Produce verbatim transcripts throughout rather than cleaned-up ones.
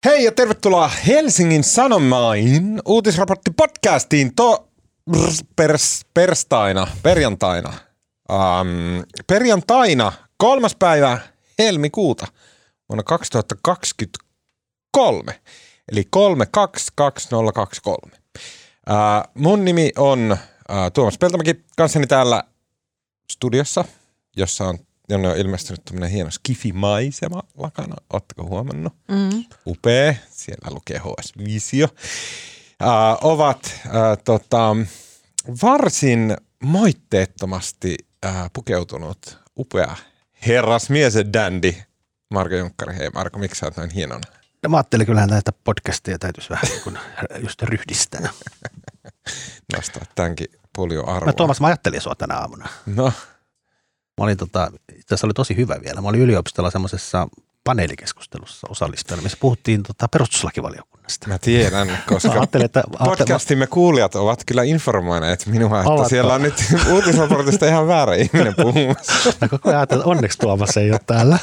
Hei ja tervetuloa Helsingin Sanomain uutisraporttipodcastiin to pers, perstaina, perjantaina. Um, perjantaina kolmas päivä helmikuuta vuonna kaksituhattakaksikymmentäkolme, eli kolme kaksi kaksi nolla kaksi kolme. Uh, mun nimi on uh, Tuomas Peltomäki, kanssani täällä studiossa, jossa on, jonne on ilmestynyt tämmöinen hieno skifi-maisema lakana. Ootteko huomannut? Mm. Upea. Siellä lukee H S Visio. Uh, ovat uh, tota, varsin moitteettomasti uh, pukeutunut upea herrasmies ja dandy Marko Junkkari. Hei Marko, miksi sä oot näin hienona? No, mä ajattelin kyllähän näitä podcastia täytyisi vähän kun just ryhdistää. Nostaa tämänkin paljon arvoa. Mä Tuomas, mä ajattelin sua tänä aamuna. No. Mä olin tota, itse asiassa oli tosi hyvä vielä. Mä olin yliopistolla semmoisessa paneelikeskustelussa osallistujana, missä puhuttiin tota perustuslakivaliokunnasta. Mä tiedän, koska että, podcastimme kuulijat ovat kyllä informoineet minua, että Oletko? Siellä on nyt uutisraportista ihan väärä ihminen puhumassa. Mä koko ajan ajattelin, että onneksi Tuomas ei ole täällä.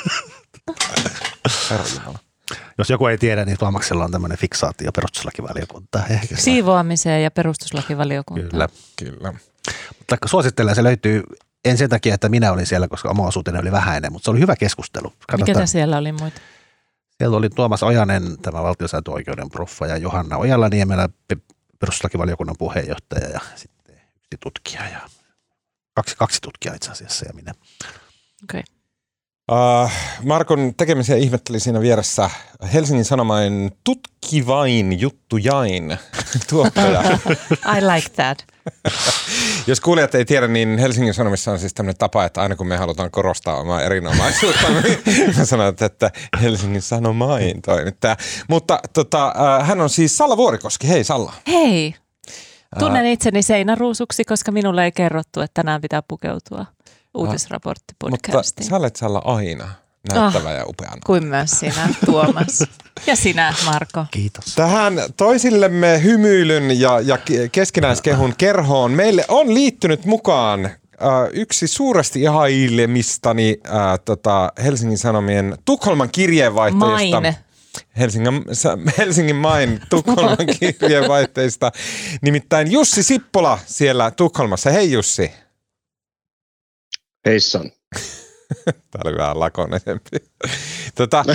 Jos joku ei tiedä, niin Tuomaksella on tämmöinen fiksaatio perustuslakivaliokuntaan. Siivoamiseen ja perustuslakivaliokuntaan. Kyllä. Kyllä. Mutta suosittelen, se löytyy en sen takia, että minä olin siellä, koska oma osuuteni oli vähäinen, mutta se oli hyvä keskustelu. Katsotaan. Mikä siellä oli muita? Siellä oli Tuomas Ojanen, tämä valtiosääntöoikeuden proffa, ja Johanna Ojala-Niemelä, perustuslakivaliokunnan puheenjohtaja, ja sitten yksi tutkija, ja kaksi, kaksi tutkijaa itse asiassa, ja minä. Okei. Okay. Uh, Markon tekemisiä ihmetteli siinä vieressä Helsingin Sanomain tutkivain juttujain tuottaja. I like that. Jos kuulijat ei tiedä, niin Helsingin Sanomissa on siis tämmöinen tapa, että aina kun me halutaan korostaa omaa erinomaisuutta, niin me sanotaan, että Helsingin Sanomain toimittaja. Mutta tota, uh, hän on siis Salla Vuorikoski. Hei Salla. Hei. Tunnen itseni seinäruusuksi, koska minulle ei kerrottu, että tänään pitää pukeutua. Uutisraporttipodcastiin. Mutta sä olet Salla aina näyttävä oh, ja upeana. Kuin myös sinä, Tuomas. Ja sinä, Marko. Kiitos. Tähän toisillemme hymyilyn ja, ja keskinäiskehun kerhoon meille on liittynyt mukaan äh, yksi suuresti ihailemistani äh, tota, Helsingin Sanomien Tukholman kirjeenvaihteista. Main. Helsingin, Helsingin Main Tukholman kirjeenvaihteista. Nimittäin Jussi Sippola siellä Tukholmassa. Hei Jussi. Heissan. Tämä oli vähän lakonisempi. Tota,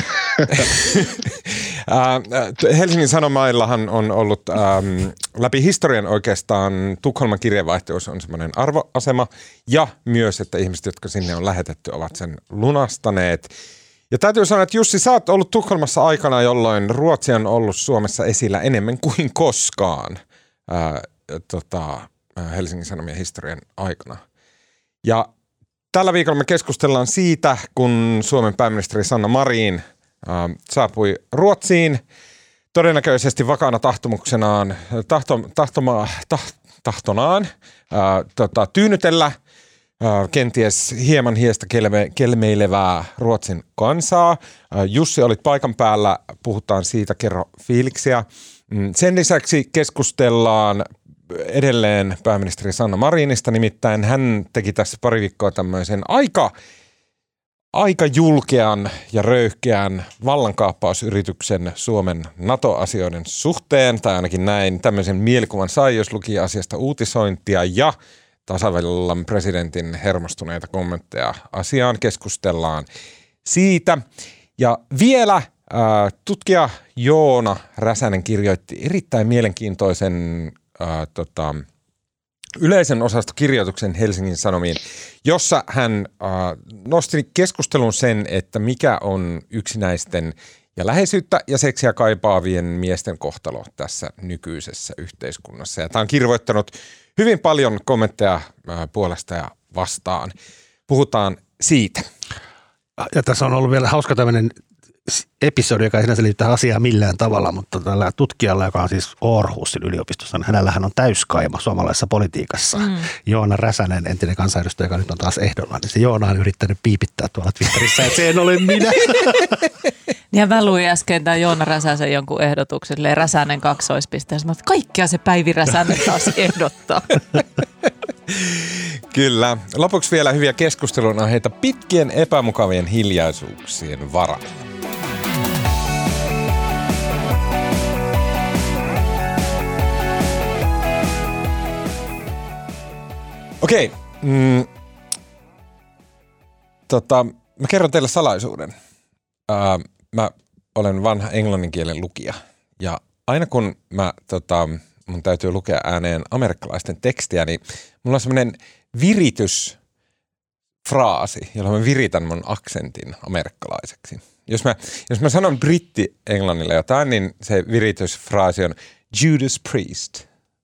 Helsingin Sanomaillahan on ollut ähm, läpi historian oikeastaan Tukholman kirjeenvaihtajuus on semmoinen arvoasema ja myös, että ihmiset, jotka sinne on lähetetty, ovat sen lunastaneet. Ja täytyy sanoa, että Jussi, sä oot ollut Tukholmassa aikana, jolloin Ruotsi on ollut Suomessa esillä enemmän kuin koskaan ää, tota, Helsingin Sanomien historian aikana. Ja tällä viikolla me keskustellaan siitä, kun Suomen pääministeri Sanna Marin äh, saapui Ruotsiin todennäköisesti vakaana tahtomuksenaan, tahto, tahtoma, taht, tahtonaan äh, tota, tyynnytellä äh, kenties hieman hiestä kelme, kelmeilevää Ruotsin kansaa. Äh, Jussi, olit paikan päällä, puhutaan siitä, kerro fiiliksiä. Sen lisäksi keskustellaan edelleen pääministeri Sanna Marinista, nimittäin hän teki tässä pari viikkoa tämmöisen aika, aika julkean ja röyhkeän vallankaappausyrityksen Suomen NATO-asioiden suhteen, tai ainakin näin tämmöisen mielikuvan sai, jos luki asiasta uutisointia ja tasavallan presidentin hermostuneita kommentteja asiaan. Keskustellaan siitä. Ja vielä äh, tutkija Joona Räsänen kirjoitti erittäin mielenkiintoisen Äh, tota, yleisen osastokirjoituksen Helsingin Sanomiin, jossa hän äh, nosti keskustelun sen, että mikä on yksinäisten ja läheisyyttä ja seksiä kaipaavien miesten kohtalo tässä nykyisessä yhteiskunnassa. Ja tämä on kirvoittanut hyvin paljon kommentteja äh, puolesta ja vastaan. Puhutaan siitä. Ja tässä on ollut vielä hauska tämmöinen episodi, joka ei sinänsä liity tähän asiaan millään tavalla, mutta tällä tutkijalla, joka on siis Århusin yliopistossa, niin hänellähän on täyskaima suomalaisessa politiikassa. Mm. Joona Räsänen, entinen kansanedustaja, joka nyt on taas ehdolla, niin se Joona on yrittänyt piipittää tuolla Twitterissä, että se en ole minä. Ja mä luin äsken tämän Joona Räsäsen jonkun ehdotuksen, Räsänen kaksoispiste, että kaikkea se Päivi Räsänen taas ehdottaa. Kyllä. Lopuksi vielä hyviä keskustelun aiheita pitkien epämukavien hiljaisuuksien varaan. Okei. Mm, tota, mä kerron teille salaisuuden. Uh, mä olen vanha englannin kielen lukija. Ja aina kun mä, tota, mun täytyy lukea ääneen amerikkalaisten tekstiä, niin mulla on semmoinen viritysfraasi, jolla mä viritän mun aksentin amerikkalaiseksi. Jos mä, jos mä sanon britti-englannille jotain, niin se viritysfraasi on Judas Priest.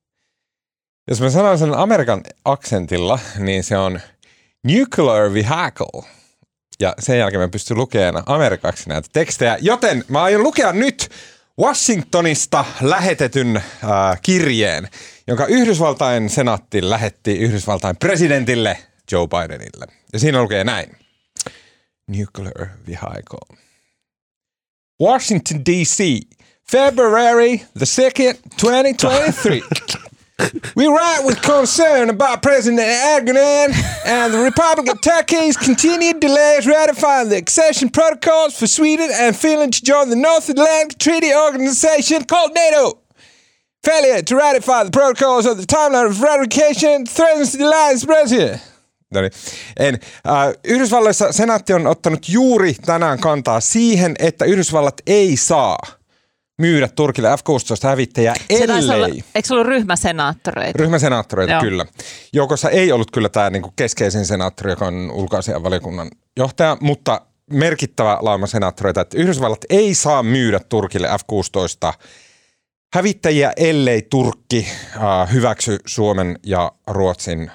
Jos mä sanon sen Amerikan aksentilla, niin se on nuclear vehicle. Ja sen jälkeen mä pystyn lukemaan amerikaksi näitä tekstejä. Joten mä aion lukea nyt Washingtonista lähetetyn äh, kirjeen, jonka Yhdysvaltain senaatti lähetti Yhdysvaltain presidentille Joe Bidenille. Ja siinä lukee näin. Nuclear vehicle. Washington D C, February the second, twenty twenty-three. We write with concern about President Erdogan and the Republic of Turkey's continued delays ratifying the accession protocols for Sweden and Finland to join the North Atlantic Treaty Organization called NATO. Failure to ratify the protocols of the timeline of ratification threatens the alliance president. No niin. En, äh, Yhdysvalloissa senaatti on ottanut juuri tänään kantaa siihen, että Yhdysvallat ei saa myydä Turkille F kuusitoista hävittäjää, ellei... Olla, eikö se ollut ryhmäsenaattoreita? Ryhmäsenaattoreita, Joo. kyllä. Joukossa ei ollut kyllä tämä niinku keskeisin senaattori, joka on ulkoasiainvaliokunnan johtaja, mutta merkittävä lauma senaattoreita, että Yhdysvallat ei saa myydä Turkille F kuusitoista hävittäjiä, ellei Turkki äh, hyväksy Suomen ja Ruotsin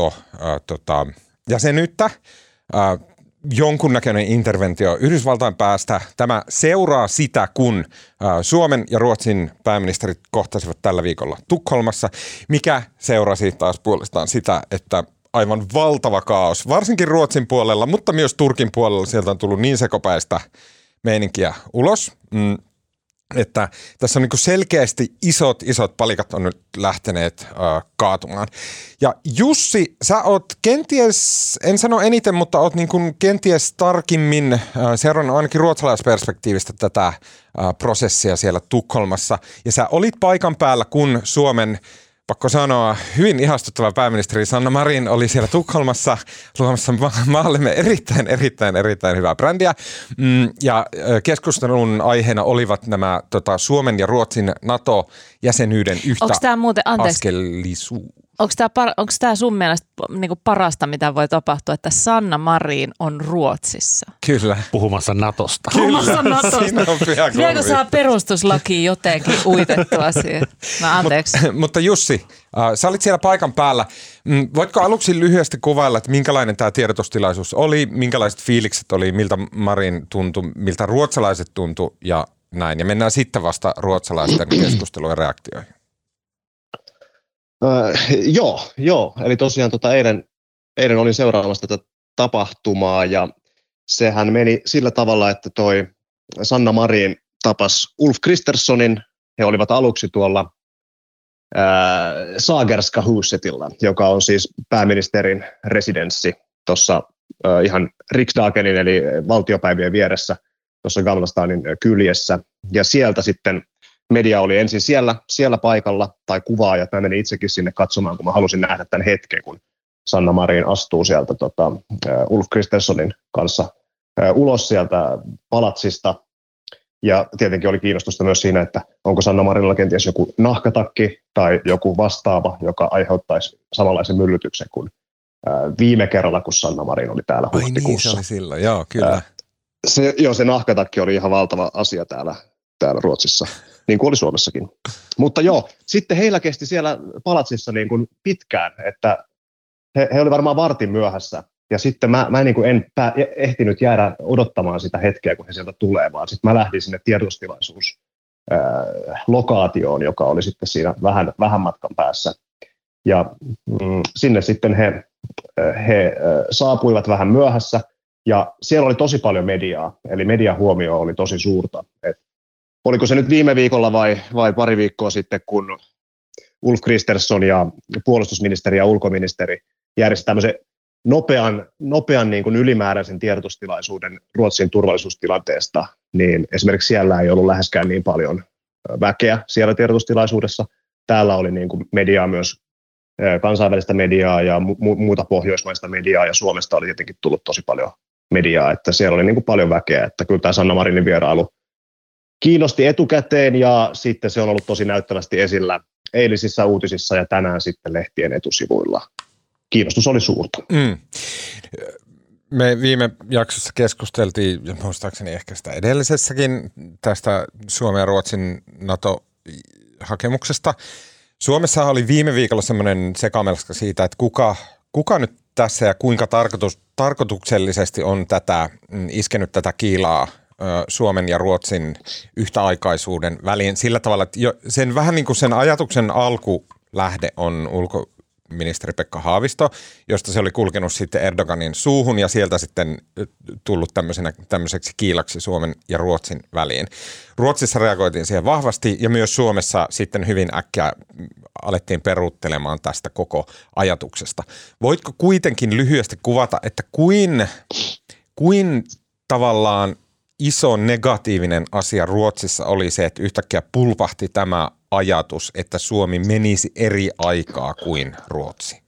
NATO-jäsenyyttä. Äh, äh, jonkunnäköinen interventio Yhdysvaltain päästä. Tämä seuraa sitä, kun äh, Suomen ja Ruotsin pääministerit kohtasivat tällä viikolla Tukholmassa, mikä seurasi taas puolestaan sitä, että aivan valtava kaos, varsinkin Ruotsin puolella, mutta myös Turkin puolella sieltä on tullut niin sekopäistä meininkiä ulos, mm, että tässä on niin kuin selkeästi isot, isot palikat on nyt lähteneet äh, kaatumaan. Ja Jussi, sä oot kenties, en sano eniten, mutta oot niin kuin kenties tarkimmin äh, seurannut ainakin ruotsalaisperspektiivistä tätä äh, prosessia siellä Tukholmassa. Ja sä olit paikan päällä, kun Suomen, pakko sanoa, hyvin ihastuttava pääministeri Sanna Marin oli siellä Tukholmassa luomassa ma- maallemme erittäin, erittäin, erittäin hyvää brändiä. Mm, ja keskustelun aiheena olivat nämä tota, Suomen ja Ruotsin NATO-jäsenyyden yhtä askellisuus. Onko tämä, onko tämä sun mielestä niinku parasta, mitä voi tapahtua, että Sanna Marin on Ruotsissa? Kyllä. Puhumassa Natosta. Puhumassa Natosta. Vieläkö saa perustuslakiin jotenkin uitettua siihen? No anteeksi. Mut, mutta Jussi, äh, sä olit siellä paikan päällä. Mm, voitko aluksi lyhyesti kuvailla, että minkälainen tämä tiedotustilaisuus oli, minkälaiset fiilikset oli, miltä Marin tuntui, miltä ruotsalaiset tuntui ja näin. Ja mennään sitten vasta ruotsalaisten keskusteluun ja reaktioihin. Uh, joo, joo, eli tosiaan tota eilen, eilen olin seuraamassa tätä tapahtumaa ja sehän meni sillä tavalla, että toi Sanna Marin tapasi Ulf Kristerssonin. He olivat aluksi tuolla ää, Sagerska husetilla, joka on siis pääministerin residenssi tuossa ihan Riksdagenin eli valtiopäivien vieressä tuossa Gamla Stanin kyljessä ja sieltä sitten media oli ensin siellä, siellä paikalla, tai kuvaajat. Mä menin itsekin sinne katsomaan, kun mä halusin nähdä tämän hetken, kun Sanna Marin astuu sieltä tota, Ulf Kristerssonin kanssa uh, ulos sieltä palatsista. Ja tietenkin oli kiinnostusta myös siinä, että onko Sanna Marinilla kenties joku nahkatakki tai joku vastaava, joka aiheuttaisi samanlaisen myllytyksen kuin uh, viime kerralla, kun Sanna Marin oli täällä huhtikuussa. Ai niin, se oli silloin, joo, kyllä. Uh, se, joo, se nahkatakki oli ihan valtava asia täällä, täällä Ruotsissa. Niin kuin oli Suomessakin. Mutta joo, sitten heillä kesti siellä palatsissa niin kuin pitkään, että he, he oli varmaan vartin myöhässä. Ja sitten mä, mä niin kuin en pää, ehtinyt jäädä odottamaan sitä hetkeä, kun he sieltä tulee, vaan sitten mä lähdin sinne tiedotustilaisuuslokaatioon, joka oli sitten siinä vähän, vähän matkan päässä. Ja mm, sinne sitten he, he saapuivat vähän myöhässä, ja siellä oli tosi paljon mediaa, eli median huomio oli tosi suurta. Et oliko se nyt viime viikolla vai, vai pari viikkoa sitten, kun Ulf Kristersson ja puolustusministeri ja ulkoministeri järjestivät tämmöisen nopean, nopean niin kuin ylimääräisen tiedotustilaisuuden Ruotsin turvallisuustilanteesta, niin esimerkiksi siellä ei ollut läheskään niin paljon väkeä siellä tiedotustilaisuudessa. Täällä oli niin kuin mediaa myös kansainvälistä mediaa ja mu- muuta pohjoismaista mediaa, ja Suomesta oli tietenkin tullut tosi paljon mediaa, että siellä oli niin kuin paljon väkeä, että kyllä tämä Sanna Marinin vierailu kiinnosti etukäteen, ja sitten se on ollut tosi näyttävästi esillä eilisissä uutisissa ja tänään sitten lehtien etusivuilla. Kiinnostus oli suurta. Mm. Me viime jaksossa keskusteltiin, muistaakseni ehkä sitä edellisessäkin, tästä Suomen ja Ruotsin NATO-hakemuksesta. Suomessa oli viime viikolla semmoinen sekamelska siitä, että kuka, kuka nyt tässä ja kuinka tarkoitus, tarkoituksellisesti on tätä, iskenyt tätä kiilaa Suomen ja Ruotsin yhtäaikaisuuden väliin sillä tavalla, että jo sen vähän niin kuin sen ajatuksen alkulähde on ulkoministeri Pekka Haavisto, josta se oli kulkenut sitten Erdoganin suuhun ja sieltä sitten tullut tämmöiseksi kiilaksi Suomen ja Ruotsin väliin. Ruotsissa reagoitiin siihen vahvasti ja myös Suomessa sitten hyvin äkkiä alettiin peruuttelemaan tästä koko ajatuksesta. Voitko kuitenkin lyhyesti kuvata, että kuin, kuin tavallaan iso negatiivinen asia Ruotsissa oli se, että yhtäkkiä pulpahti tämä ajatus, että Suomi menisi eri aikaa kuin Ruotsi?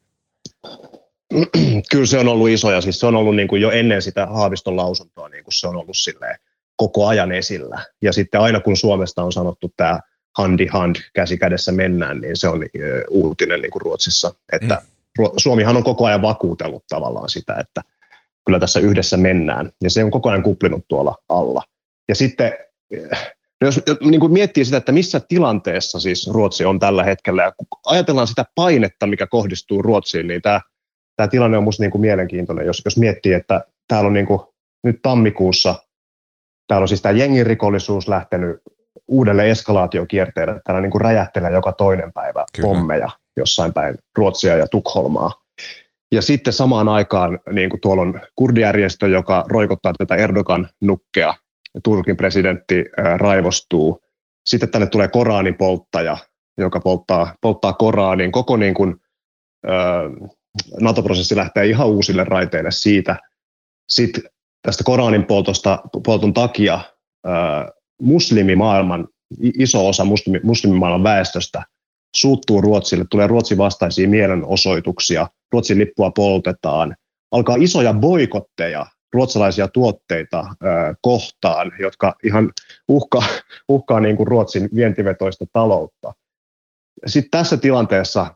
Kyllä se on ollut iso, ja siis se on ollut niin kuin jo ennen sitä Haaviston lausuntoa, niin kuin se on ollut silleen koko ajan esillä. Ja sitten aina kun Suomesta on sanottu tämä handi hand, käsi kädessä mennään, niin se on uutinen niin kuin Ruotsissa. Että mm. Suomihan on koko ajan vakuutellut tavallaan sitä, että kyllä tässä yhdessä mennään, ja se on koko ajan kuplinut tuolla alla. Ja sitten, jos niin kuin miettii sitä, että missä tilanteessa siis Ruotsi on tällä hetkellä, ja ajatellaan sitä painetta, mikä kohdistuu Ruotsiin, niin tämä, tämä tilanne on musta niin kuin mielenkiintoinen, jos, jos miettii, että täällä on niin kuin nyt tammikuussa, täällä on siis tämä jengirikollisuus lähtenyt uudelle eskalaatiokierteelle, täällä niin kuin räjähtelee joka toinen päivä pommeja jossain päin Ruotsia ja Tukholmaa. Ja sitten samaan aikaan niin kuin tuolla on kurdijärjestö, joka roikottaa tätä Erdogan nukkea. Turkin presidentti ää, raivostuu. Sitten tänne tulee Koraanipolttaja, joka polttaa, polttaa Koraanin. Koko niin kuin, ää, NATO-prosessi lähtee ihan uusille raiteille siitä. Sitten tästä Koraanin poltosta, polton takia ää, muslimimaailman, iso osa muslimi, muslimimaailman väestöstä suuttuu Ruotsille, tulee Ruotsin vastaisia mielenosoituksia, Ruotsin lippua poltetaan, alkaa isoja boikotteja ruotsalaisia tuotteita äh, kohtaan, jotka ihan uhkaa, uhkaa niin kuin Ruotsin vientivetoista taloutta. Sitten tässä tilanteessa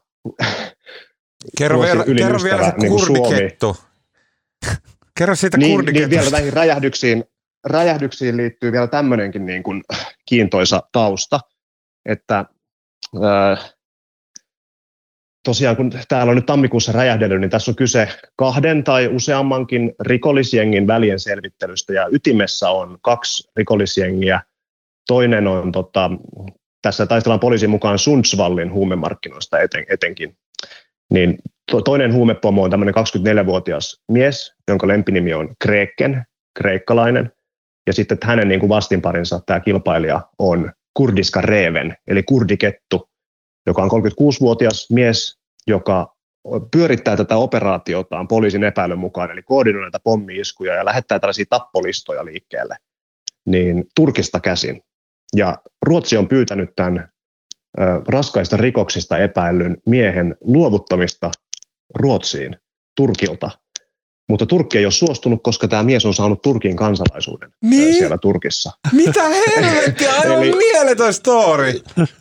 kerro vielä, kerro vielä se niin kurdikettu. Kerro siitä niin, kurdikettusta. Niin vielä näihin räjähdyksiin, räjähdyksiin liittyy vielä tämmöinenkin niin kuin kiintoisa tausta, että äh, tosiaan kun täällä on nyt tammikuussa räjähdellyt, niin tässä on kyse kahden tai useammankin rikollisjengin välien selvittelystä, ja ytimessä on kaksi rikollisjengiä. Toinen on, tota, tässä taistellaan poliisin mukaan Sundsvallin huumemarkkinoista eten, etenkin. Niin to, toinen huumepomo on tämmöinen kaksikymmentäneljävuotias mies, jonka lempinimi on Kreken, kreikkalainen, ja sitten hänen niin kuin vastinparinsa, tämä kilpailija, on Kurdiska Reven, eli kurdikettu, joka on kolmekymmentäkuusivuotias mies, joka pyörittää tätä operaatiotaan poliisin epäilyn mukaan, eli koordinoi näitä pommi-iskuja ja lähettää tällaisia tappolistoja liikkeelle, niin Turkista käsin. Ja Ruotsi on pyytänyt tämän ö, raskaista rikoksista epäillyn miehen luovuttamista Ruotsiin Turkilta, mutta Turkki ei ole suostunut, koska tämä mies on saanut Turkin kansalaisuuden niin? siellä Turkissa. Mitä helvettiä, aivan Eli... mieletön story!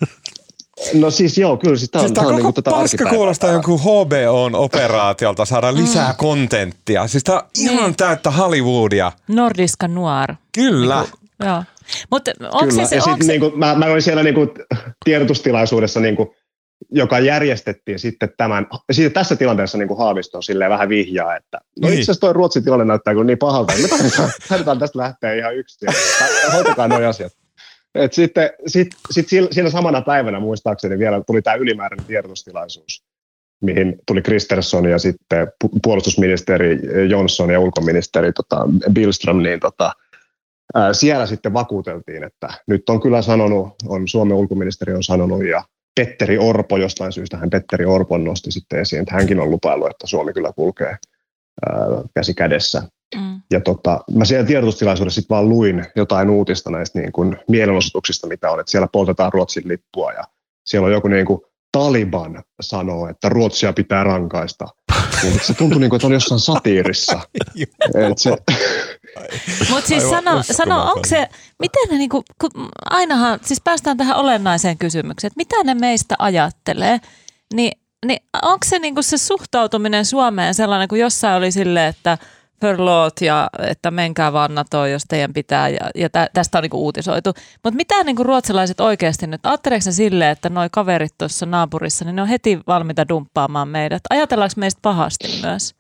No siis joo, kyllä. Siis tämä siis on, on niin koko paska kuulostaa jonkun H B O:n-operaatiolta saada lisää mm. kontenttia. Siis tämä on ihan mm. täyttä Hollywoodia. Nordiska noir. Kyllä. Niin kuin, joo. Mutta onko kyllä. se... Ja onko sit, se... niin kuin, mä, mä olin siellä niin kuin tiedotustilaisuudessa, niin kuin, joka järjestettiin sitten tämän, ja sitten tässä tilanteessa niin kuin Haavisto on silleen vähän vihjaa, että no niin. Itse asiassa toi Ruotsin tilanne näyttää kyllä niin pahalta, että me tarvitaan, tarvitaan tästä lähteä ihan yksin. Hoitakaa nuo asiat. Et sitten sit, sit siinä samana päivänä muistaakseni vielä tuli tämä ylimääräinen tiedotustilaisuus, mihin tuli Kristersson ja sitten puolustusministeri Jonsson ja ulkoministeri tota, Billström, niin tota, ää, siellä sitten vakuuteltiin, että nyt on kyllä sanonut, on Suomen ulkoministeri on sanonut ja Petteri Orpo, jostain syystä hän Petteri Orpon nosti sitten esiin, että hänkin on lupaillut, että Suomi kyllä kulkee ää, käsi kädessä. Mm. Ja tota, mä siellä tiedotustilaisuudessa sitten vaan luin jotain uutista näistä niin kuin mielenosoituksista, mitä on, että siellä poltetaan Ruotsin lippua ja siellä on joku niin kuin Taliban sanoo, että Ruotsia pitää rankaista. Se tuntui niin kuin, että on jossain satiirissa. se... Mutta siis sano, sano, onko se, miten ne niinku, ainahan, siis päästään tähän olennaiseen kysymykseen, että mitä ne meistä ajattelee, niin, niin onko se niinku se suhtautuminen Suomeen sellainen, kuin jossain oli silleen, että förlåt ja että menkää vaan NATOon, jos teidän pitää, ja, ja tä, tästä on niinku uutisoitu. Mutta mitä niinku ruotsalaiset oikeasti nyt, ajatteleeko silleen, että noi kaverit tuossa naapurissa, niin ne on heti valmiita dumppaamaan meidät? Ajatellaanko meistä pahasti myös?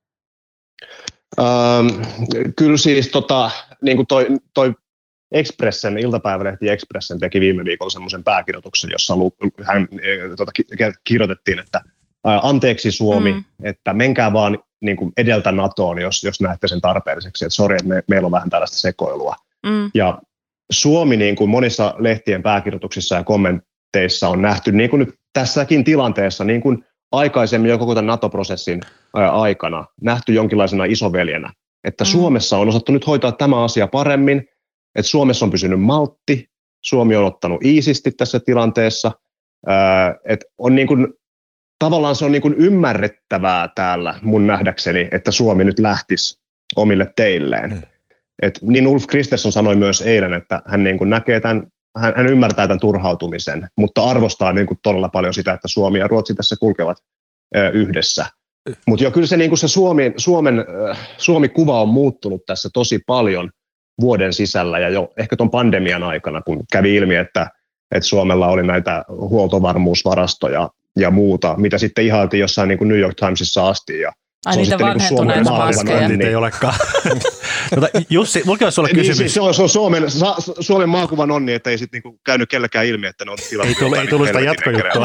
Ähm, kyllä siis tota, niin kuin toi, toi Expressen, iltapäivälehti Expressen teki viime viikolla semmoisen pääkirjoituksen, jossa lu, hän, tota, kirjoitettiin, että ää, anteeksi Suomi, mm. että menkää vaan niin kuin edeltä NATOon, jos, jos näette sen tarpeelliseksi, että sori, että me, meillä on vähän tällaista sekoilua. Mm. Ja Suomi niin kuin monissa lehtien pääkirjoituksissa ja kommenteissa on nähty niin kuin nyt tässäkin tilanteessa, niin kuin aikaisemmin jo koko tämän NATO-prosessin ää, aikana nähty jonkinlaisena isoveljenä, että mm. Suomessa on osattu nyt hoitaa tämä asia paremmin, että Suomessa on pysynyt maltti, Suomi on ottanut iisisti tässä tilanteessa, ää, että on niin kuin, tavallaan se on niin kuin ymmärrettävää täällä mun nähdäkseni, että Suomi nyt lähtisi omille teilleen. Mm. Et niin Ulf Kristersson sanoi myös eilen, että hän niin kuin näkee tämän, hän, hän ymmärtää tämän turhautumisen, mutta arvostaa niin kuin todella paljon sitä, että Suomi ja Ruotsi tässä kulkevat ö, yhdessä. Mutta jo kyllä se, niin kuin se Suomi, Suomen, ö, Suomi-kuva on muuttunut tässä tosi paljon vuoden sisällä ja jo ehkä tuon pandemian aikana, kun kävi ilmi, että, että Suomella oli näitä huoltovarmuusvarastoja ja muuta, mitä sitten ihailtiin jossain niin kuin New York Timesissa asti. Ja ai niitä vanhentuneita maskeja. Niitä ei olekaan. Jussi, mulki olisi sulle kysymys. Niin, se on, se on Suomen, Suomen maakuvan onni, että ei sitten niinku käynyt kellekään ilmi, että ne on tilattu. Ei tullut, ei tullut sitä jatkojuttua.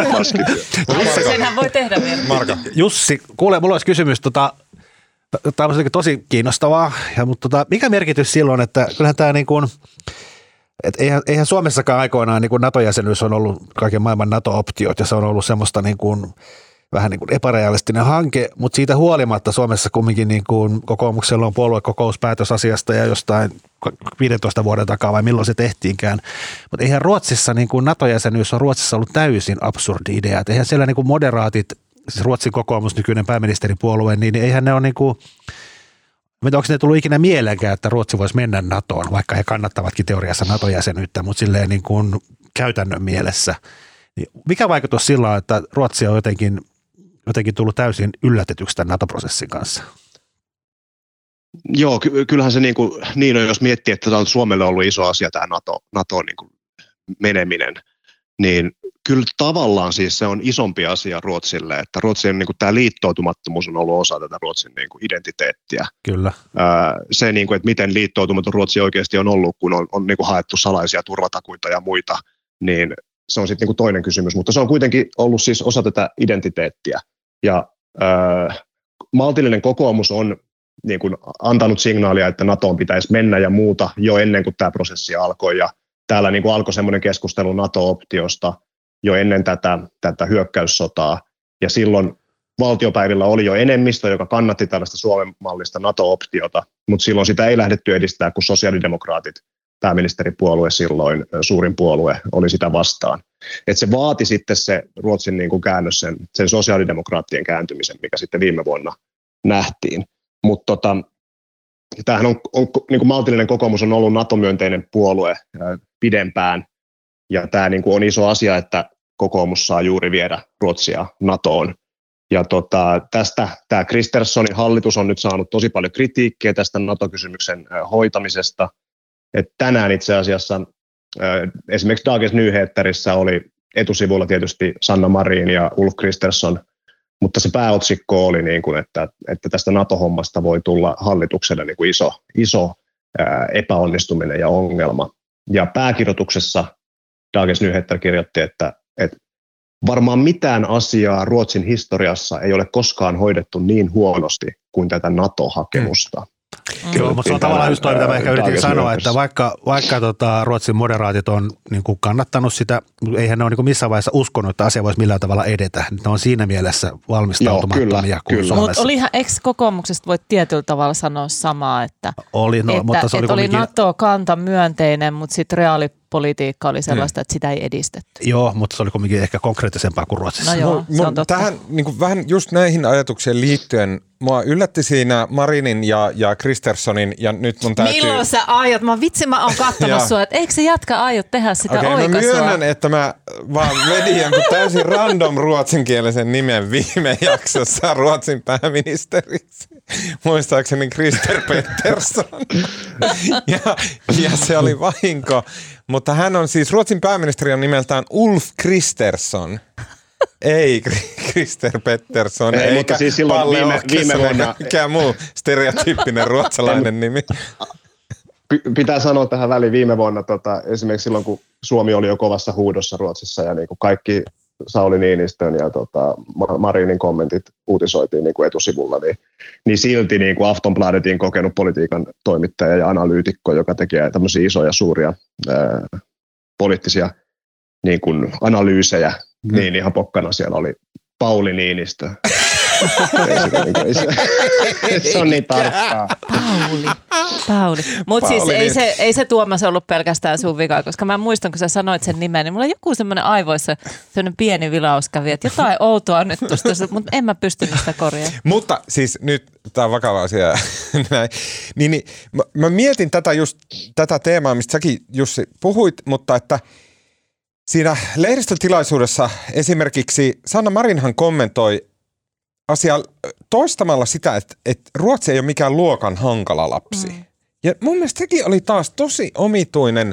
Senhän voi tehdä vielä. Marka. Jussi, kuule, mulla olisi kysymys. Tota, tämä on tosi kiinnostavaa, ja, mutta tota, mikä merkitys silloin, että kyllähän tämä niin kuin, et eihän, eihän Suomessakaan aikoinaan niin kuin NATO-jäsenyys on ollut kaiken maailman NATO-optiot, ja se on ollut semmoista niin kuin vähän niin kuin epärealistinen hanke, mutta siitä huolimatta Suomessa kumminkin niin kuin kokoomuksella on puoluekokouspäätös asiasta ja jostain viidentoista vuoden takaa vai milloin se tehtiinkään. Mutta eihän Ruotsissa niin kuin NATO-jäsenyys on Ruotsissa ollut täysin absurdi idea. Et eihän siellä niin kuin moderaatit, siis Ruotsin kokoomus, nykyinen pääministeripuolue, niin eihän ne ole niin kuin, onko ne tullut ikinä mieleenkään, että Ruotsi voisi mennä NATOon, vaikka he kannattavatkin teoriassa NATO-jäsenyyttä, mutta silleen niin kuin käytännön mielessä. Niin mikä vaikutus sillä on, että Ruotsi on jotenkin jotenkin tullut täysin yllätetyksi tämän NATO-prosessin kanssa? Joo, ky- kyllähän se niin, kuin, niin on, jos miettii, että tämä on Suomelle ollut iso asia tämä NATO, NATOon niin kuin meneminen, niin kyllä tavallaan siis se on isompi asia Ruotsille, että Ruotsin niin kuin tämä liittoutumattomuus on ollut osa tätä Ruotsin niin kuin identiteettiä. Kyllä. Ää, se, niin kuin, että miten liittoutumaton Ruotsi oikeasti on ollut, kun on, on niin kuin haettu salaisia turvatakuita ja muita, niin se on sitten niin kuin toinen kysymys, mutta se on kuitenkin ollut siis osa tätä identiteettiä. Ja äh, maltillinen kokoomus on niin kuin antanut signaalia, että NATOon pitäisi mennä ja muuta jo ennen kuin tämä prosessi alkoi. Ja täällä niin kuin alkoi semmoinen keskustelu NATO-optiosta jo ennen tätä, tätä hyökkäyssotaa. Ja silloin valtiopäivillä oli jo enemmistö, joka kannatti tällaista Suomen mallista NATO-optiota, mutta silloin sitä ei lähdetty edistää, kun sosiaalidemokraatit, pääministeripuolue silloin, suurin puolue, oli sitä vastaan. Et se vaati sitten se Ruotsin niin kuin käännös, sen, sen sosiaalidemokraattien kääntymisen, mikä sitten viime vuonna nähtiin. Mutta tota, tämähän on, on niin kuin maltillinen kokoomus on ollut NATO-myönteinen puolue ää, pidempään, ja tämä niin kuin on iso asia, että kokoomus saa juuri viedä Ruotsia NATOon. Ja tota, tästä tämä Kristerssonin hallitus on nyt saanut tosi paljon kritiikkiä tästä NATO-kysymyksen ää, hoitamisesta. Et tänään itse asiassa esimerkiksi Dagens Nyheterissä oli etusivulla tietysti Sanna Marin ja Ulf Kristersson, mutta se pääotsikko oli, niin kuin, että, että tästä NATO-hommasta voi tulla hallitukselle niin kuin iso, iso ää, epäonnistuminen ja ongelma. Ja pääkirjoituksessa Dagens Nyheter kirjoitti, että, että varmaan mitään asiaa Ruotsin historiassa ei ole koskaan hoidettu niin huonosti kuin tätä NATO-hakemusta. Mm. Joo, mutta se on tavallaan just toi, mitä mä ehkä yritin sanoa, että vaikka, vaikka tota, Ruotsin moderaatit on niin kuin kannattanut sitä, eihän ne ole niin kuin missään vaiheessa uskonut, että asia voisi millään tavalla edetä. Ne on siinä mielessä valmistautumattomia kuin Suomessa. Mutta olihan ex-kokoomuksesta voit tietyllä tavalla sanoa samaa, että, oli, no, että, mutta se oli, että oli kumminkin NATO-kanta myönteinen, mutta sitten reaalipolitiikka politiikka oli sellaista, hmm. että sitä ei edistetty. Joo, mutta se oli kuitenkin ehkä konkreettisempaa kuin Ruotsissa. No joo, se on totta. Tähän niin kuin vähän just näihin ajatuksiin liittyen, mua yllätti siinä Marinin ja, ja Kristerssonin, ja nyt mun täytyy... Milloin sä aiot? Mä vitsi, mä oon kattonut sua, että eikö se jatka aiot tehdä sitä okay, oikaisua? Okei, mä myönnän, että mä vaan vedin jonkun täysin random ruotsinkielisen nimen viime jaksossa Ruotsin pääministeriksi. Muistaakseni Christer Pettersson. ja, ja se oli vahinko. Mutta hän on siis, Ruotsin pääministeri on nimeltään Ulf Kristersson. Ei Christer Pettersson, ei, eikä mutta siis silloin Palle viime, viime vuonna... Mikään muu stereotyyppinen ruotsalainen nimi. Pitää sanoa tähän väliin viime vuonna, tota, esimerkiksi silloin kun Suomi oli jo kovassa huudossa Ruotsissa ja niin kuin kaikki Sauli Niinistön ja tota, Marinin kommentit uutisoitiin niin kuin etusivulla, niin, niin silti niin kuin Aftonbladetin kokenut politiikan toimittaja ja analyytikko, joka tekee tämmöisiä isoja suuria ää, poliittisia niin kuin analyysejä, mm. niin ihan pokkana siellä oli Pauli Niinistö. ei sitä, niin kuin, ei se, se on niin tarkkaa. Pauli. Pauli. Mutta siis ei se, ei se Tuomas ollut pelkästään sun vika, koska mä muistan, kun sä sanoit sen nimen, niin mulla on joku semmoinen aivoissa, semmoinen pieni vilaus kävi, että jotain outoa nyt tuosta, mutta en mä pystynyt sitä korjaamaan. Mutta siis nyt, tää on vakava asia, näin. Niin, niin, mä, mä mietin tätä just, tätä teemaa, mistä säkin Jussi puhuit, mutta että siinä lehdistötilaisuudessa esimerkiksi Sanna Marinhan kommentoi asiaa toistamalla sitä, että, että Ruotsi ei ole mikään luokan hankala lapsi. Mm. Ja mun mielestä sekin oli taas tosi omituinen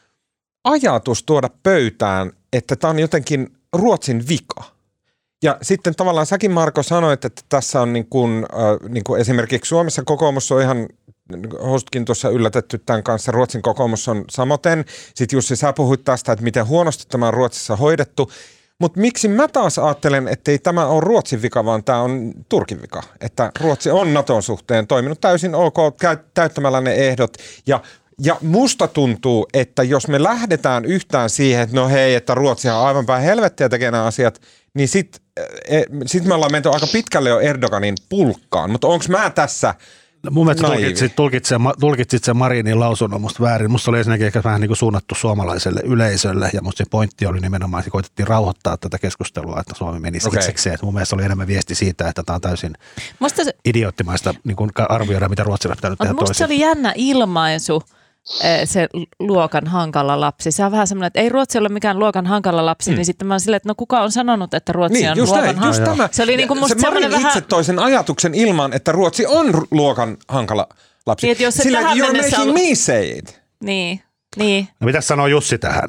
ajatus tuoda pöytään, että tämä on jotenkin Ruotsin vika. Ja sitten tavallaan säkin, Marko, sanoit, että tässä on niin kuin, äh, niin kuin esimerkiksi Suomessa kokoomus on ihan, hostkin tuossa yllätetty tämän kanssa, Ruotsin kokoomus on samoten. Sitten Jussi, sä puhuit tästä, että miten huonosti tämä on Ruotsissa hoidettu. Mutta miksi mä taas ajattelen, että ei tämä ole Ruotsin vika, vaan tämä on Turkin vika. Että Ruotsi on Naton suhteen toiminut täysin ok täyttämällä ne ehdot. Ja, ja musta tuntuu, että jos me lähdetään yhtään siihen, että no hei, että Ruotsi on aivan päin helvettiä tekee nämä asiat, niin sitten sit me ollaan menty aika pitkälle jo Erdoganin pulkkaan. Mutta onko mä tässä... No, mun mielestä tulkitsit, tulkitsit, tulkitsit sen Marinin lausunnon musta väärin. Musta oli ensinnäkin ehkä vähän niin kuin suunnattu suomalaiselle yleisölle, ja musta se pointti oli nimenomaan, että koitettiin rauhoittaa tätä keskustelua, että Suomi menisi okay. itsekseen. Mun mielestä oli enemmän viesti siitä, että tämä on täysin se, idioottimaista niin kuin arvioida, mitä Ruotsilla pitää nyt tehdä toisin. Musta se oli jännä ilmaisu, se luokan hankala lapsi. Se on vähän semmoinen, että ei Ruotsi ole mikään luokan hankala lapsi, mm. niin sitten mä oon silleen, että no kuka on sanonut, että Ruotsi niin, on just luokan näin, hankala. just tämä. Se oli niin kuin musta se Marin itse vähän... toi sen ajatuksen ilman, että Ruotsi on luokan hankala lapsi. Niin, jos se sillä tähän you're mennessä making on... me say it. Niin, niin. No mitäs sanoo Jussi tähän?